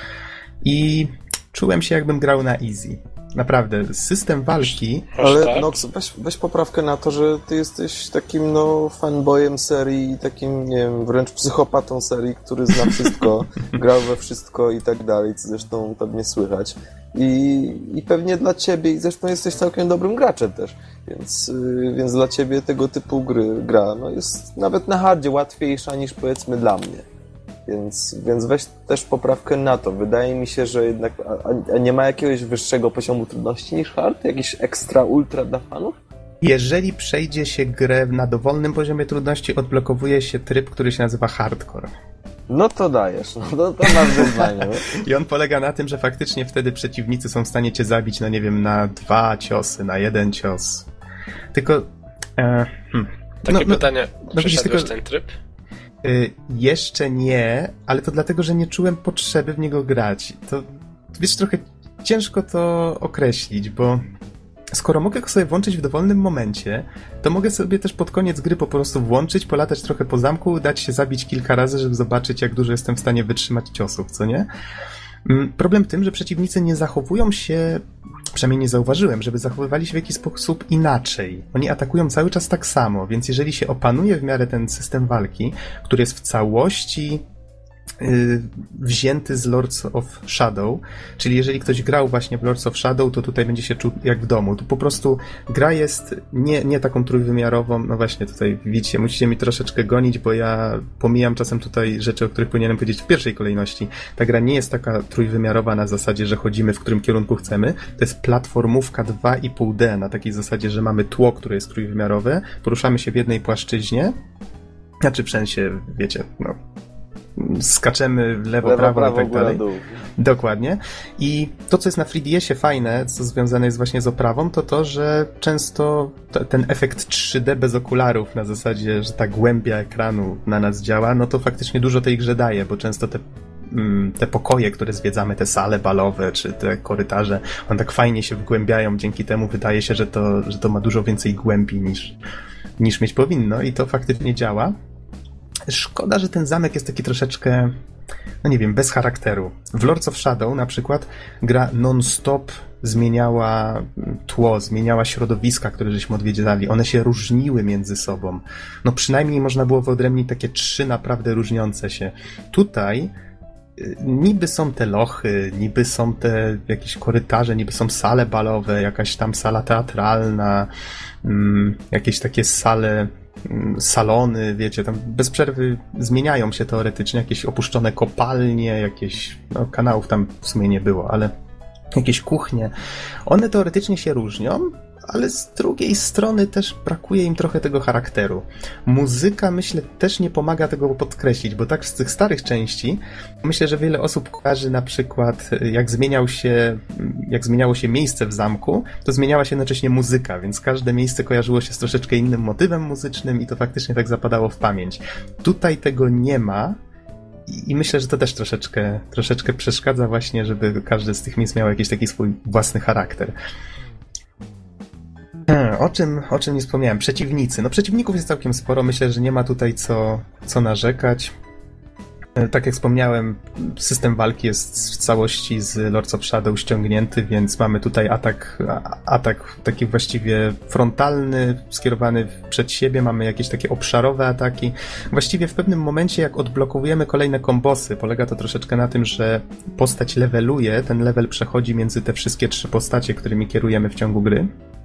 I czułem się, jakbym grał na easy. Naprawdę, system walki... Ale tak? Nox, weź, weź poprawkę na to, że ty jesteś takim, no, fanboyem serii, takim, nie wiem, wręcz psychopatą serii, który zna wszystko, grał we wszystko i tak dalej, co zresztą pewnie słychać. I, I pewnie dla ciebie, i zresztą jesteś całkiem dobrym graczem też, więc, yy, więc dla ciebie tego typu gry, gra no, jest nawet na hardzie łatwiejsza niż, powiedzmy, dla mnie. Więc, więc weź też poprawkę na to. Wydaje mi się, że jednak a, a nie ma jakiegoś wyższego poziomu trudności niż hard? Jakiś ekstra, ultra dla fanów? Jeżeli przejdzie się grę na dowolnym poziomie trudności, odblokowuje się tryb, który się nazywa hardcore. No to dajesz, no to, to masz wyzwanie. I on polega na tym, że faktycznie wtedy przeciwnicy są w stanie cię zabić, no nie wiem, na dwa ciosy, na jeden cios. Tylko... E, hmm. Takie no, pytanie, no, przeszedłeś tylko... ten tryb? Y, jeszcze nie, ale to dlatego, że nie czułem potrzeby w niego grać. To, wiesz, trochę ciężko to określić, bo skoro mogę go sobie włączyć w dowolnym momencie, to mogę sobie też pod koniec gry po prostu włączyć, polatać trochę po zamku, dać się zabić kilka razy, żeby zobaczyć, jak dużo jestem w stanie wytrzymać ciosów, co nie? Problem w tym, że przeciwnicy nie zachowują się, przynajmniej nie zauważyłem, żeby zachowywali się w jakiś sposób inaczej. Oni atakują cały czas tak samo, więc jeżeli się opanuje w miarę ten system walki, który jest w całości yy, wzięty z Lords of Shadow, czyli jeżeli ktoś grał właśnie w Lords of Shadow, to tutaj będzie się czuł jak w domu. Tu po prostu gra jest nie, nie taką trójwymiarową, no właśnie tutaj widzicie, musicie mi troszeczkę gonić, bo ja pomijam czasem tutaj rzeczy, o których powinienem powiedzieć w pierwszej kolejności. Ta gra nie jest taka trójwymiarowa na zasadzie, że chodzimy w którym kierunku chcemy. To jest platformówka dwa i pół D na takiej zasadzie, że mamy tło, które jest trójwymiarowe, poruszamy się w jednej płaszczyźnie, znaczy w sensie, wiecie, no skaczemy w lewo, lewo prawo, prawo i tak góra, dalej. dół. Dokładnie. I to, co jest na trzy D S ie fajne, co związane jest właśnie z oprawą, to to, że często t- ten efekt trzy D bez okularów na zasadzie, że ta głębia ekranu na nas działa, no to faktycznie dużo tej grze daje, bo często te te pokoje, które zwiedzamy, te sale balowe, czy te korytarze, one tak fajnie się wgłębiają, dzięki temu wydaje się, że to, że to ma dużo więcej głębi niż, niż mieć powinno i to faktycznie działa. Szkoda, że ten zamek jest taki troszeczkę, no nie wiem, bez charakteru. W Lords of Shadow na przykład gra non-stop zmieniała tło, zmieniała środowiska, które żeśmy odwiedzali. One się różniły między sobą. No przynajmniej można było wyodrębnić takie trzy naprawdę różniące się. Tutaj niby są te lochy, niby są te jakieś korytarze, niby są sale balowe, jakaś tam sala teatralna, jakieś takie sale, salony, wiecie, tam bez przerwy zmieniają się teoretycznie, jakieś opuszczone kopalnie, jakieś, no kanałów tam w sumie nie było, ale jakieś kuchnie. One teoretycznie się różnią, ale z drugiej strony też brakuje im trochę tego charakteru. Muzyka, myślę, też nie pomaga tego podkreślić, bo tak z tych starych części myślę, że wiele osób kojarzy na przykład, jak zmieniał się, jak zmieniało się miejsce w zamku, to zmieniała się jednocześnie muzyka, więc każde miejsce kojarzyło się z troszeczkę innym motywem muzycznym i to faktycznie tak zapadało w pamięć. Tutaj tego nie ma, i myślę, że to też troszeczkę, troszeczkę przeszkadza właśnie, żeby każdy z tych miejsc miał jakiś taki swój własny charakter. O czym, o czym nie wspomniałem? Przeciwnicy. No przeciwników jest całkiem sporo. Myślę, że nie ma tutaj co, co narzekać. Tak jak wspomniałem, system walki jest w całości z Lords of Shadow ściągnięty, więc mamy tutaj atak, atak taki właściwie frontalny, skierowany przed siebie, mamy jakieś takie obszarowe ataki. Właściwie w pewnym momencie, jak odblokowujemy kolejne kombosy, polega to troszeczkę na tym, że postać leveluje, ten level przechodzi między te wszystkie trzy postacie, którymi kierujemy w ciągu gry,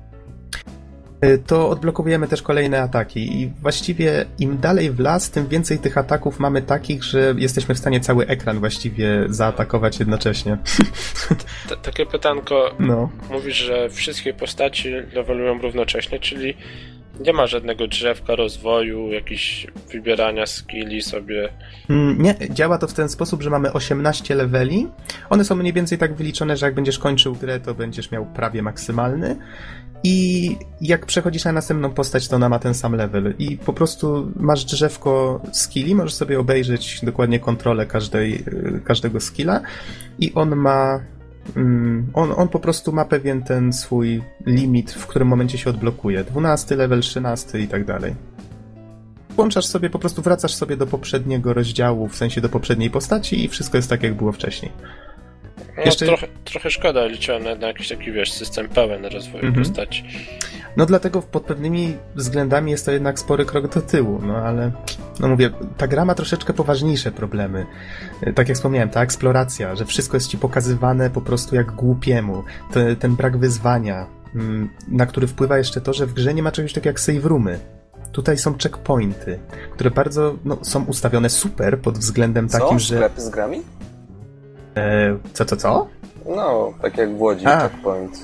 to odblokowujemy też kolejne ataki i właściwie im dalej w las, tym więcej tych ataków mamy takich, że jesteśmy w stanie cały ekran właściwie zaatakować jednocześnie. T- takie pytanko, no. Mówisz, że wszystkie postaci levelują równocześnie, czyli nie ma żadnego drzewka rozwoju, jakichś wybierania skilli sobie. Nie, działa to w ten sposób, że mamy osiemnaście leveli. One są mniej więcej tak wyliczone, że jak będziesz kończył grę, to będziesz miał prawie maksymalny. I jak przechodzisz na następną postać, to ona ma ten sam level. I po prostu masz drzewko skilli, możesz sobie obejrzeć dokładnie kontrolę każdej, każdego skilla. I on ma On, on po prostu ma pewien ten swój limit, w którym momencie się odblokuje. dwunasty level, trzynasty i tak dalej. Włączasz sobie, po prostu wracasz sobie do poprzedniego rozdziału, w sensie do poprzedniej postaci i wszystko jest tak, jak było wcześniej. No Jeszcze... trochę, trochę szkoda, liczyłem na, na jakiś taki, wiesz, system pełen rozwoju mm-hmm. postaci. No dlatego pod pewnymi względami jest to jednak spory krok do tyłu, no ale no mówię, ta gra ma troszeczkę poważniejsze problemy. Tak jak wspomniałem, ta eksploracja, że wszystko jest ci pokazywane po prostu jak głupiemu. Te, ten brak wyzwania, na który wpływa jeszcze to, że w grze nie ma czegoś takiego jak save roomy. Tutaj są checkpointy, które bardzo no, są ustawione super pod względem co? takim, że... Sklepy z grami? E, co, co, co? No, tak jak w Łodzi, A. checkpoint.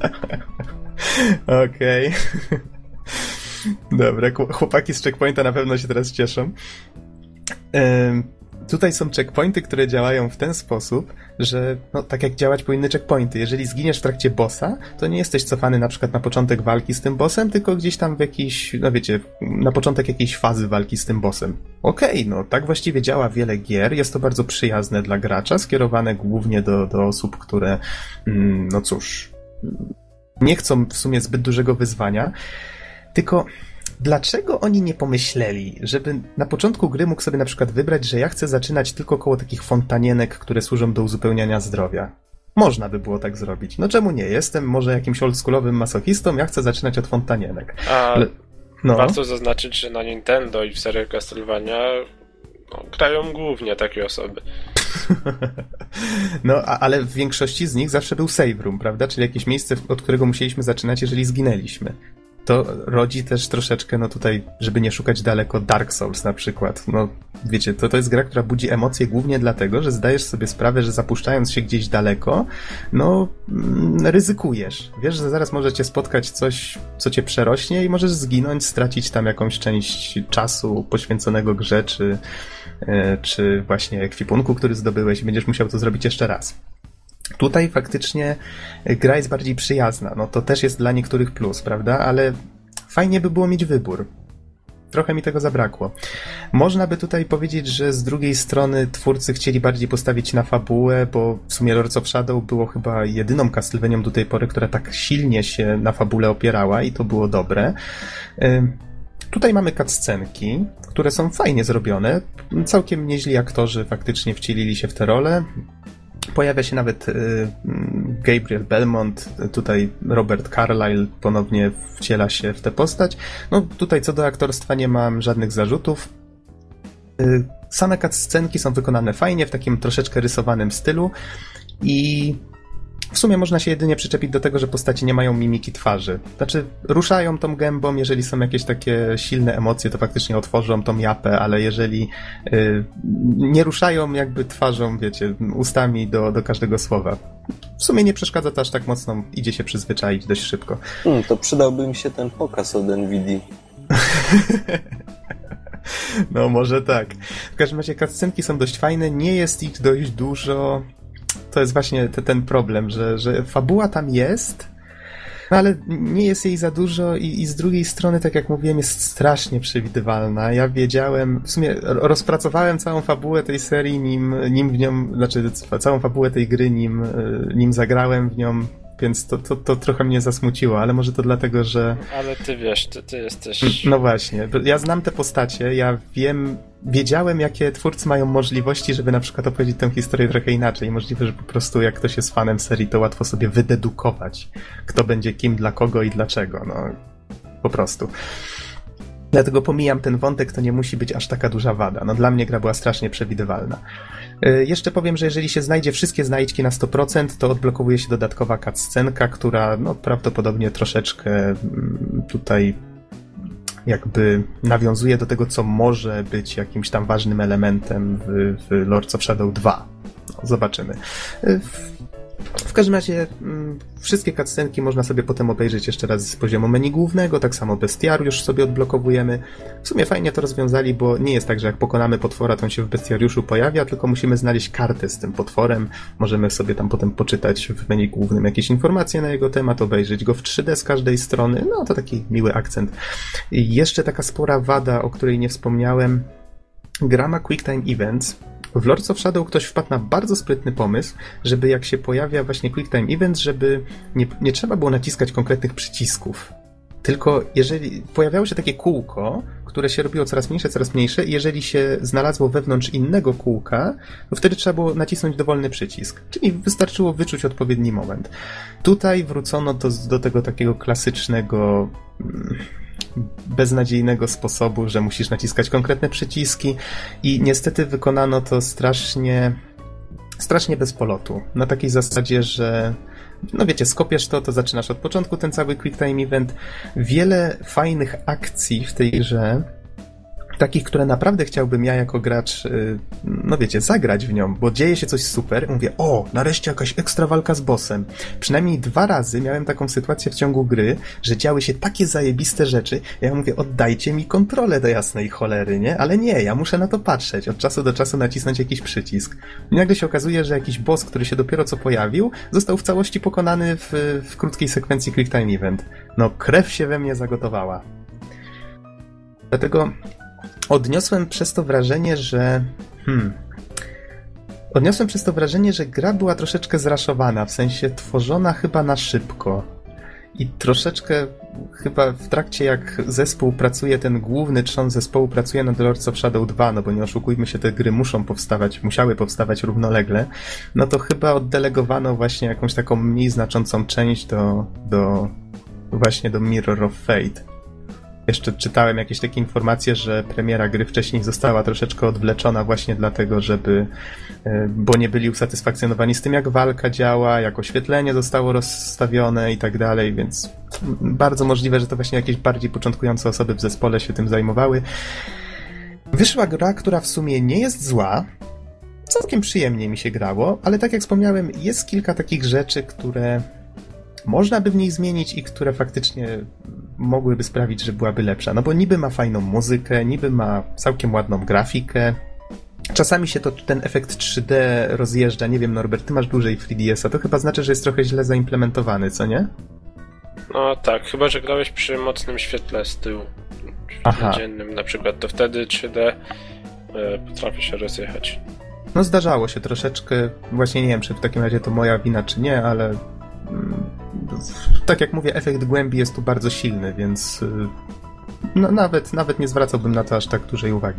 Okej. Okay. Dobra, chłopaki z checkpointa na pewno się teraz cieszą. Ym, tutaj są checkpointy, które działają w ten sposób, że no, tak jak działać powinny checkpointy. Jeżeli zginiesz w trakcie bossa, to nie jesteś cofany na przykład na początek walki z tym bossem, tylko gdzieś tam w jakiś, no wiecie, na początek jakiejś fazy walki z tym bossem. Okej, okay, no tak właściwie działa wiele gier. Jest to bardzo przyjazne dla gracza, skierowane głównie do, do osób, które, mm, no cóż, nie chcą w sumie zbyt dużego wyzwania. Tylko dlaczego oni nie pomyśleli, żeby na początku gry mógł sobie na przykład wybrać, że ja chcę zaczynać tylko koło takich fontanienek, które służą do uzupełniania zdrowia? Można by było tak zrobić. No czemu nie? Jestem może jakimś oldschoolowym masochistą, ja chcę zaczynać od fontanienek. A Ale, no. Warto zaznaczyć, że na Nintendo i w seriach Castlevania no, grają głównie takie osoby. No, a, ale w większości z nich zawsze był save room, prawda? Czyli jakieś miejsce, od którego musieliśmy zaczynać, jeżeli zginęliśmy. To rodzi też troszeczkę, no tutaj, żeby nie szukać daleko, Dark Souls na przykład. No, wiecie, to, to jest gra, która budzi emocje głównie dlatego, że zdajesz sobie sprawę, że zapuszczając się gdzieś daleko, no, mm, ryzykujesz. Wiesz, że zaraz może cię spotkać coś, co cię przerośnie i możesz zginąć, stracić tam jakąś część czasu poświęconego grze, czy, e, czy właśnie ekwipunku, który zdobyłeś i będziesz musiał to zrobić jeszcze raz. Tutaj faktycznie gra jest bardziej przyjazna. No to też jest dla niektórych plus, prawda? Ale fajnie by było mieć wybór. Trochę mi tego zabrakło. Można by tutaj powiedzieć, że z drugiej strony twórcy chcieli bardziej postawić na fabułę, bo w sumie Lords of Shadow było chyba jedyną Castlevanią do tej pory, która tak silnie się na fabule opierała i to było dobre. Tutaj mamy cutscenki, które są fajnie zrobione. Całkiem nieźli aktorzy faktycznie wcielili się w te role. Pojawia się nawet y, Gabriel Belmont, tutaj Robert Carlyle ponownie wciela się w tę postać. No tutaj co do aktorstwa nie mam żadnych zarzutów. Y, same cutscenki są wykonane fajnie, w takim troszeczkę rysowanym stylu i w sumie można się jedynie przyczepić do tego, że postaci nie mają mimiki twarzy. Znaczy, ruszają tą gębą, jeżeli są jakieś takie silne emocje, to faktycznie otworzą tą japę, ale jeżeli y, nie ruszają jakby twarzą, wiecie, ustami do, do każdego słowa. W sumie nie przeszkadza to aż tak mocno, idzie się przyzwyczaić dość szybko. Hmm, to przydałby mi się ten pokaz od Nvidia. No może tak. W każdym razie cutscenki są dość fajne, nie jest ich dość dużo. To jest właśnie te, ten problem, że, że fabuła tam jest, no ale nie jest jej za dużo i, i z drugiej strony, tak jak mówiłem, jest strasznie przewidywalna. Ja wiedziałem, w sumie rozpracowałem całą fabułę tej serii, nim, nim w nią, znaczy całą fabułę tej gry, nim, nim zagrałem w nią, więc to, to, to trochę mnie zasmuciło, ale może to dlatego, że... Ale ty wiesz, ty, ty jesteś... No właśnie, ja znam te postacie, ja wiem, wiedziałem, jakie twórcy mają możliwości, żeby na przykład opowiedzieć tę historię trochę inaczej. Możliwe, że po prostu jak ktoś jest fanem serii, to łatwo sobie wydedukować, kto będzie kim, dla kogo i dlaczego, no po prostu. Dlatego pomijam ten wątek, to nie musi być aż taka duża wada. No dla mnie gra była strasznie przewidywalna. Yy, jeszcze powiem, że jeżeli się znajdzie wszystkie znajdźki na sto procent, to odblokowuje się dodatkowa cutscenka, która no prawdopodobnie troszeczkę mm, tutaj jakby nawiązuje do tego, co może być jakimś tam ważnym elementem w, w Lords of Shadow dwa. No, zobaczymy. Yy, W każdym razie m, wszystkie cutscenki można sobie potem obejrzeć jeszcze raz z poziomu menu głównego, tak samo bestiariusz sobie odblokowujemy. W sumie fajnie to rozwiązali, bo nie jest tak, że jak pokonamy potwora, to on się w bestiariuszu pojawia, tylko musimy znaleźć kartę z tym potworem. Możemy sobie tam potem poczytać w menu głównym jakieś informacje na jego temat, obejrzeć go w trzy D z każdej strony. No to taki miły akcent. I jeszcze taka spora wada, o której nie wspomniałem. Gra ma QuickTime Events, W Lords of Shadow ktoś wpadł na bardzo sprytny pomysł, żeby jak się pojawia właśnie Quick Time Event, żeby nie, nie trzeba było naciskać konkretnych przycisków. Tylko jeżeli pojawiało się takie kółko, które się robiło coraz mniejsze, coraz mniejsze i jeżeli się znalazło wewnątrz innego kółka, to wtedy trzeba było nacisnąć dowolny przycisk. Czyli wystarczyło wyczuć odpowiedni moment. Tutaj wrócono do, do tego takiego klasycznego, beznadziejnego sposobu, że musisz naciskać konkretne przyciski i niestety wykonano to strasznie, strasznie bez polotu. Na takiej zasadzie, że no wiecie, skopiesz to, to zaczynasz od początku ten cały Quick Time Event. Wiele fajnych akcji w tej grze, takich, które naprawdę chciałbym ja jako gracz, no wiecie, zagrać w nią, bo dzieje się coś super. Mówię, o, nareszcie jakaś ekstra walka z bossem. Przynajmniej dwa razy miałem taką sytuację w ciągu gry, że działy się takie zajebiste rzeczy. Ja mówię, oddajcie mi kontrolę do jasnej cholery, nie? Ale nie, ja muszę na to patrzeć. Od czasu do czasu nacisnąć jakiś przycisk. I nagle się okazuje, że jakiś boss, który się dopiero co pojawił, został w całości pokonany w, w krótkiej sekwencji Quick Time Event. No, krew się we mnie zagotowała. Dlatego odniosłem przez to wrażenie, że... Hmm... Odniosłem przez to wrażenie, że gra była troszeczkę zraszowana, w sensie tworzona chyba na szybko. I troszeczkę chyba w trakcie jak zespół pracuje, ten główny trzon zespołu pracuje nad Lords of Shadow dwa, no bo nie oszukujmy się, te gry muszą powstawać, musiały powstawać równolegle, no to chyba oddelegowano właśnie jakąś taką mniej znaczącą część do, do właśnie do Mirror of Fate. Jeszcze czytałem jakieś takie informacje, że premiera gry wcześniej została troszeczkę odwleczona właśnie dlatego, żeby, bo nie byli usatysfakcjonowani z tym, jak walka działa, jak oświetlenie zostało rozstawione i tak dalej, więc bardzo możliwe, że to właśnie jakieś bardziej początkujące osoby w zespole się tym zajmowały. Wyszła gra, która w sumie nie jest zła, całkiem przyjemnie mi się grało, ale tak jak wspomniałem, jest kilka takich rzeczy, które można by w niej zmienić i które faktycznie mogłyby sprawić, że byłaby lepsza. No bo niby ma fajną muzykę, niby ma całkiem ładną grafikę. Czasami się to ten efekt trzy D rozjeżdża. Nie wiem, Norbert, ty masz dłużej trzy D S a, to chyba znaczy, że jest trochę źle zaimplementowany, co nie? No tak, chyba że grałeś przy mocnym świetle z tyłu. Świetle dziennym na przykład, to wtedy trzy D e, potrafi się rozjechać. No zdarzało się troszeczkę. Właśnie nie wiem, czy w takim razie to moja wina, czy nie, ale tak jak mówię, efekt głębi jest tu bardzo silny, więc no, nawet, nawet nie zwracałbym na to aż tak dużej uwagi.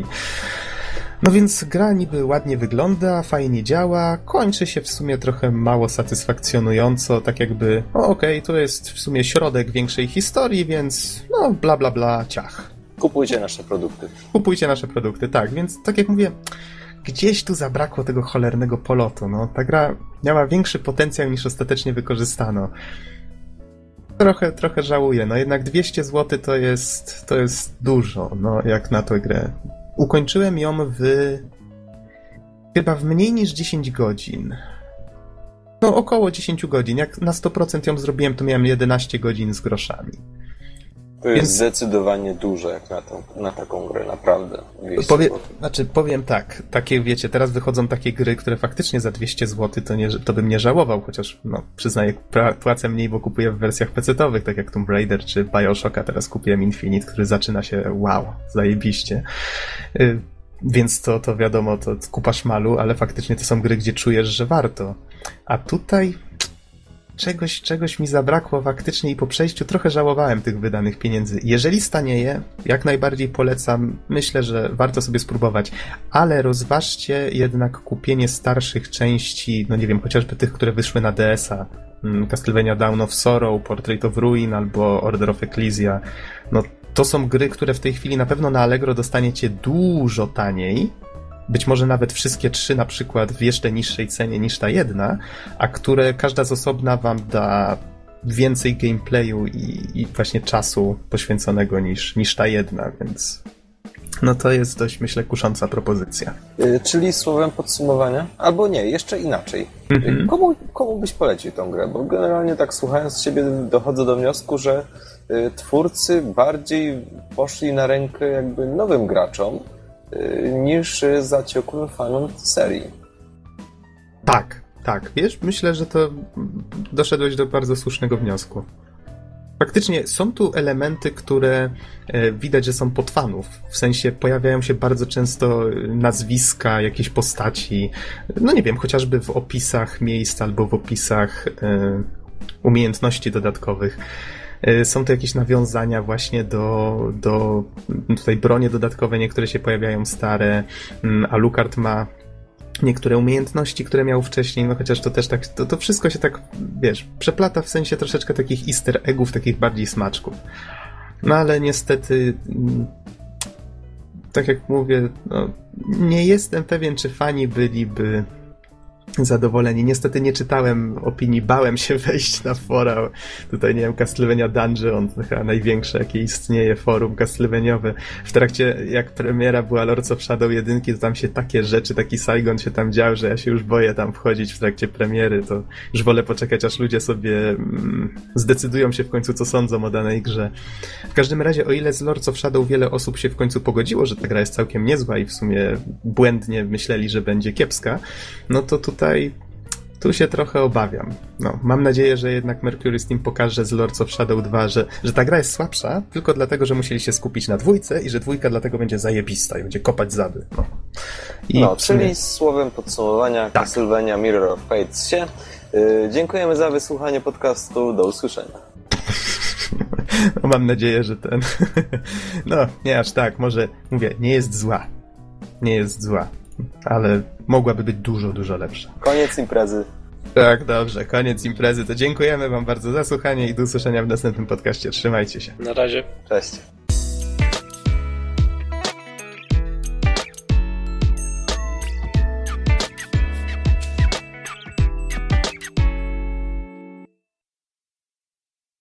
No więc gra niby ładnie wygląda, fajnie działa, kończy się w sumie trochę mało satysfakcjonująco, tak jakby, o okej, okay, to jest w sumie środek większej historii, więc no bla bla bla, ciach. Kupujcie nasze produkty. Kupujcie nasze produkty, tak, więc tak jak mówię, gdzieś tu zabrakło tego cholernego polotu, no. Ta gra miała większy potencjał niż ostatecznie wykorzystano. Trochę, trochę żałuję, no jednak dwieście złotych to jest, to jest dużo, no, jak na tę grę. Ukończyłem ją w... chyba w mniej niż dziesięć godzin. No, około dziesięć godzin. Jak na sto procent ją zrobiłem, to miałem jedenaście godzin z groszami. To jest Więc... zdecydowanie dużo jak na, tą, na taką grę, naprawdę. Powie... Znaczy, powiem tak, takie wiecie, teraz wychodzą takie gry, które faktycznie za dwieście złotych to, nie, to bym nie żałował, chociaż no, przyznaję, płacę mniej, bo kupuję w wersjach pecetowych, tak jak Tomb Raider czy Bioshocka, teraz kupiłem Infinite, który zaczyna się wow, zajebiście. Yy, więc to, to wiadomo, to kupa szmalu, ale faktycznie to są gry, gdzie czujesz, że warto. A tutaj... Czegoś, czegoś mi zabrakło faktycznie i po przejściu trochę żałowałem tych wydanych pieniędzy. Jeżeli stanieje, jak najbardziej polecam. Myślę, że warto sobie spróbować. Ale rozważcie jednak kupienie starszych części, no nie wiem, chociażby tych, które wyszły na D S a. Castlevania Dawn of Sorrow, Portrait of Ruin albo Order of Ecclesia. No to są gry, które w tej chwili na pewno na Allegro dostaniecie dużo taniej. Być może nawet wszystkie trzy na przykład w jeszcze niższej cenie niż ta jedna, a które każda z osobna wam da więcej gameplayu i, i właśnie czasu poświęconego niż, niż ta jedna, więc no to jest dość, myślę, kusząca propozycja. Yy, czyli słowem podsumowania, albo nie, jeszcze inaczej. Mm-hmm. Komu, komu byś polecił tą grę? Bo generalnie tak słuchając siebie dochodzę do wniosku, że yy, twórcy bardziej poszli na rękę jakby nowym graczom, niż zaciokłym fanom serii. Tak, tak. Wiesz, myślę, że to doszedłeś do bardzo słusznego wniosku. Faktycznie są tu elementy, które widać, że są pod fanów. W sensie pojawiają się bardzo często nazwiska, jakieś postaci. No nie wiem, chociażby w opisach miejsc albo w opisach umiejętności dodatkowych. Są to jakieś nawiązania właśnie do, do tutaj bronie dodatkowe, niektóre się pojawiają stare, Alucard ma niektóre umiejętności, które miał wcześniej, no chociaż to też tak, to, to wszystko się tak, wiesz, przeplata w sensie troszeczkę takich easter eggów, takich bardziej smaczków. No ale niestety, tak jak mówię, no, nie jestem pewien, czy fani byliby zadowoleni. Niestety nie czytałem opinii, bałem się wejść na fora. Tutaj, nie wiem, Castlevania Dungeon, to chyba największe, jakie istnieje forum castlevaniawe. W trakcie, jak premiera była Lords of Shadow jeden, to tam się takie rzeczy, taki Saigon się tam dział, że ja się już boję tam wchodzić w trakcie premiery, to już wolę poczekać, aż ludzie sobie mm, zdecydują się w końcu, co sądzą o danej grze. W każdym razie, o ile z Lords of Shadow wiele osób się w końcu pogodziło, że ta gra jest całkiem niezła i w sumie błędnie myśleli, że będzie kiepska, no to tutaj tu się trochę obawiam. No, mam nadzieję, że jednak Mercury Steam pokaże z Lords of Shadow dwa, że, że ta gra jest słabsza, tylko dlatego, że musieli się skupić na dwójce i że dwójka dlatego będzie zajebista i będzie kopać zady. No, I no czyli sumie... słowem podsumowania tak. Castlevania Mirror of Fate się. Yy, dziękujemy za wysłuchanie podcastu. Do usłyszenia. No, mam nadzieję, że ten... No, nie aż tak. Może, mówię, nie jest zła. Nie jest zła. Ale mogłaby być dużo, dużo lepsza. Koniec imprezy. Tak, dobrze, koniec imprezy. To dziękujemy wam bardzo za słuchanie i do usłyszenia w następnym podcaście. Trzymajcie się. Na razie. Cześć.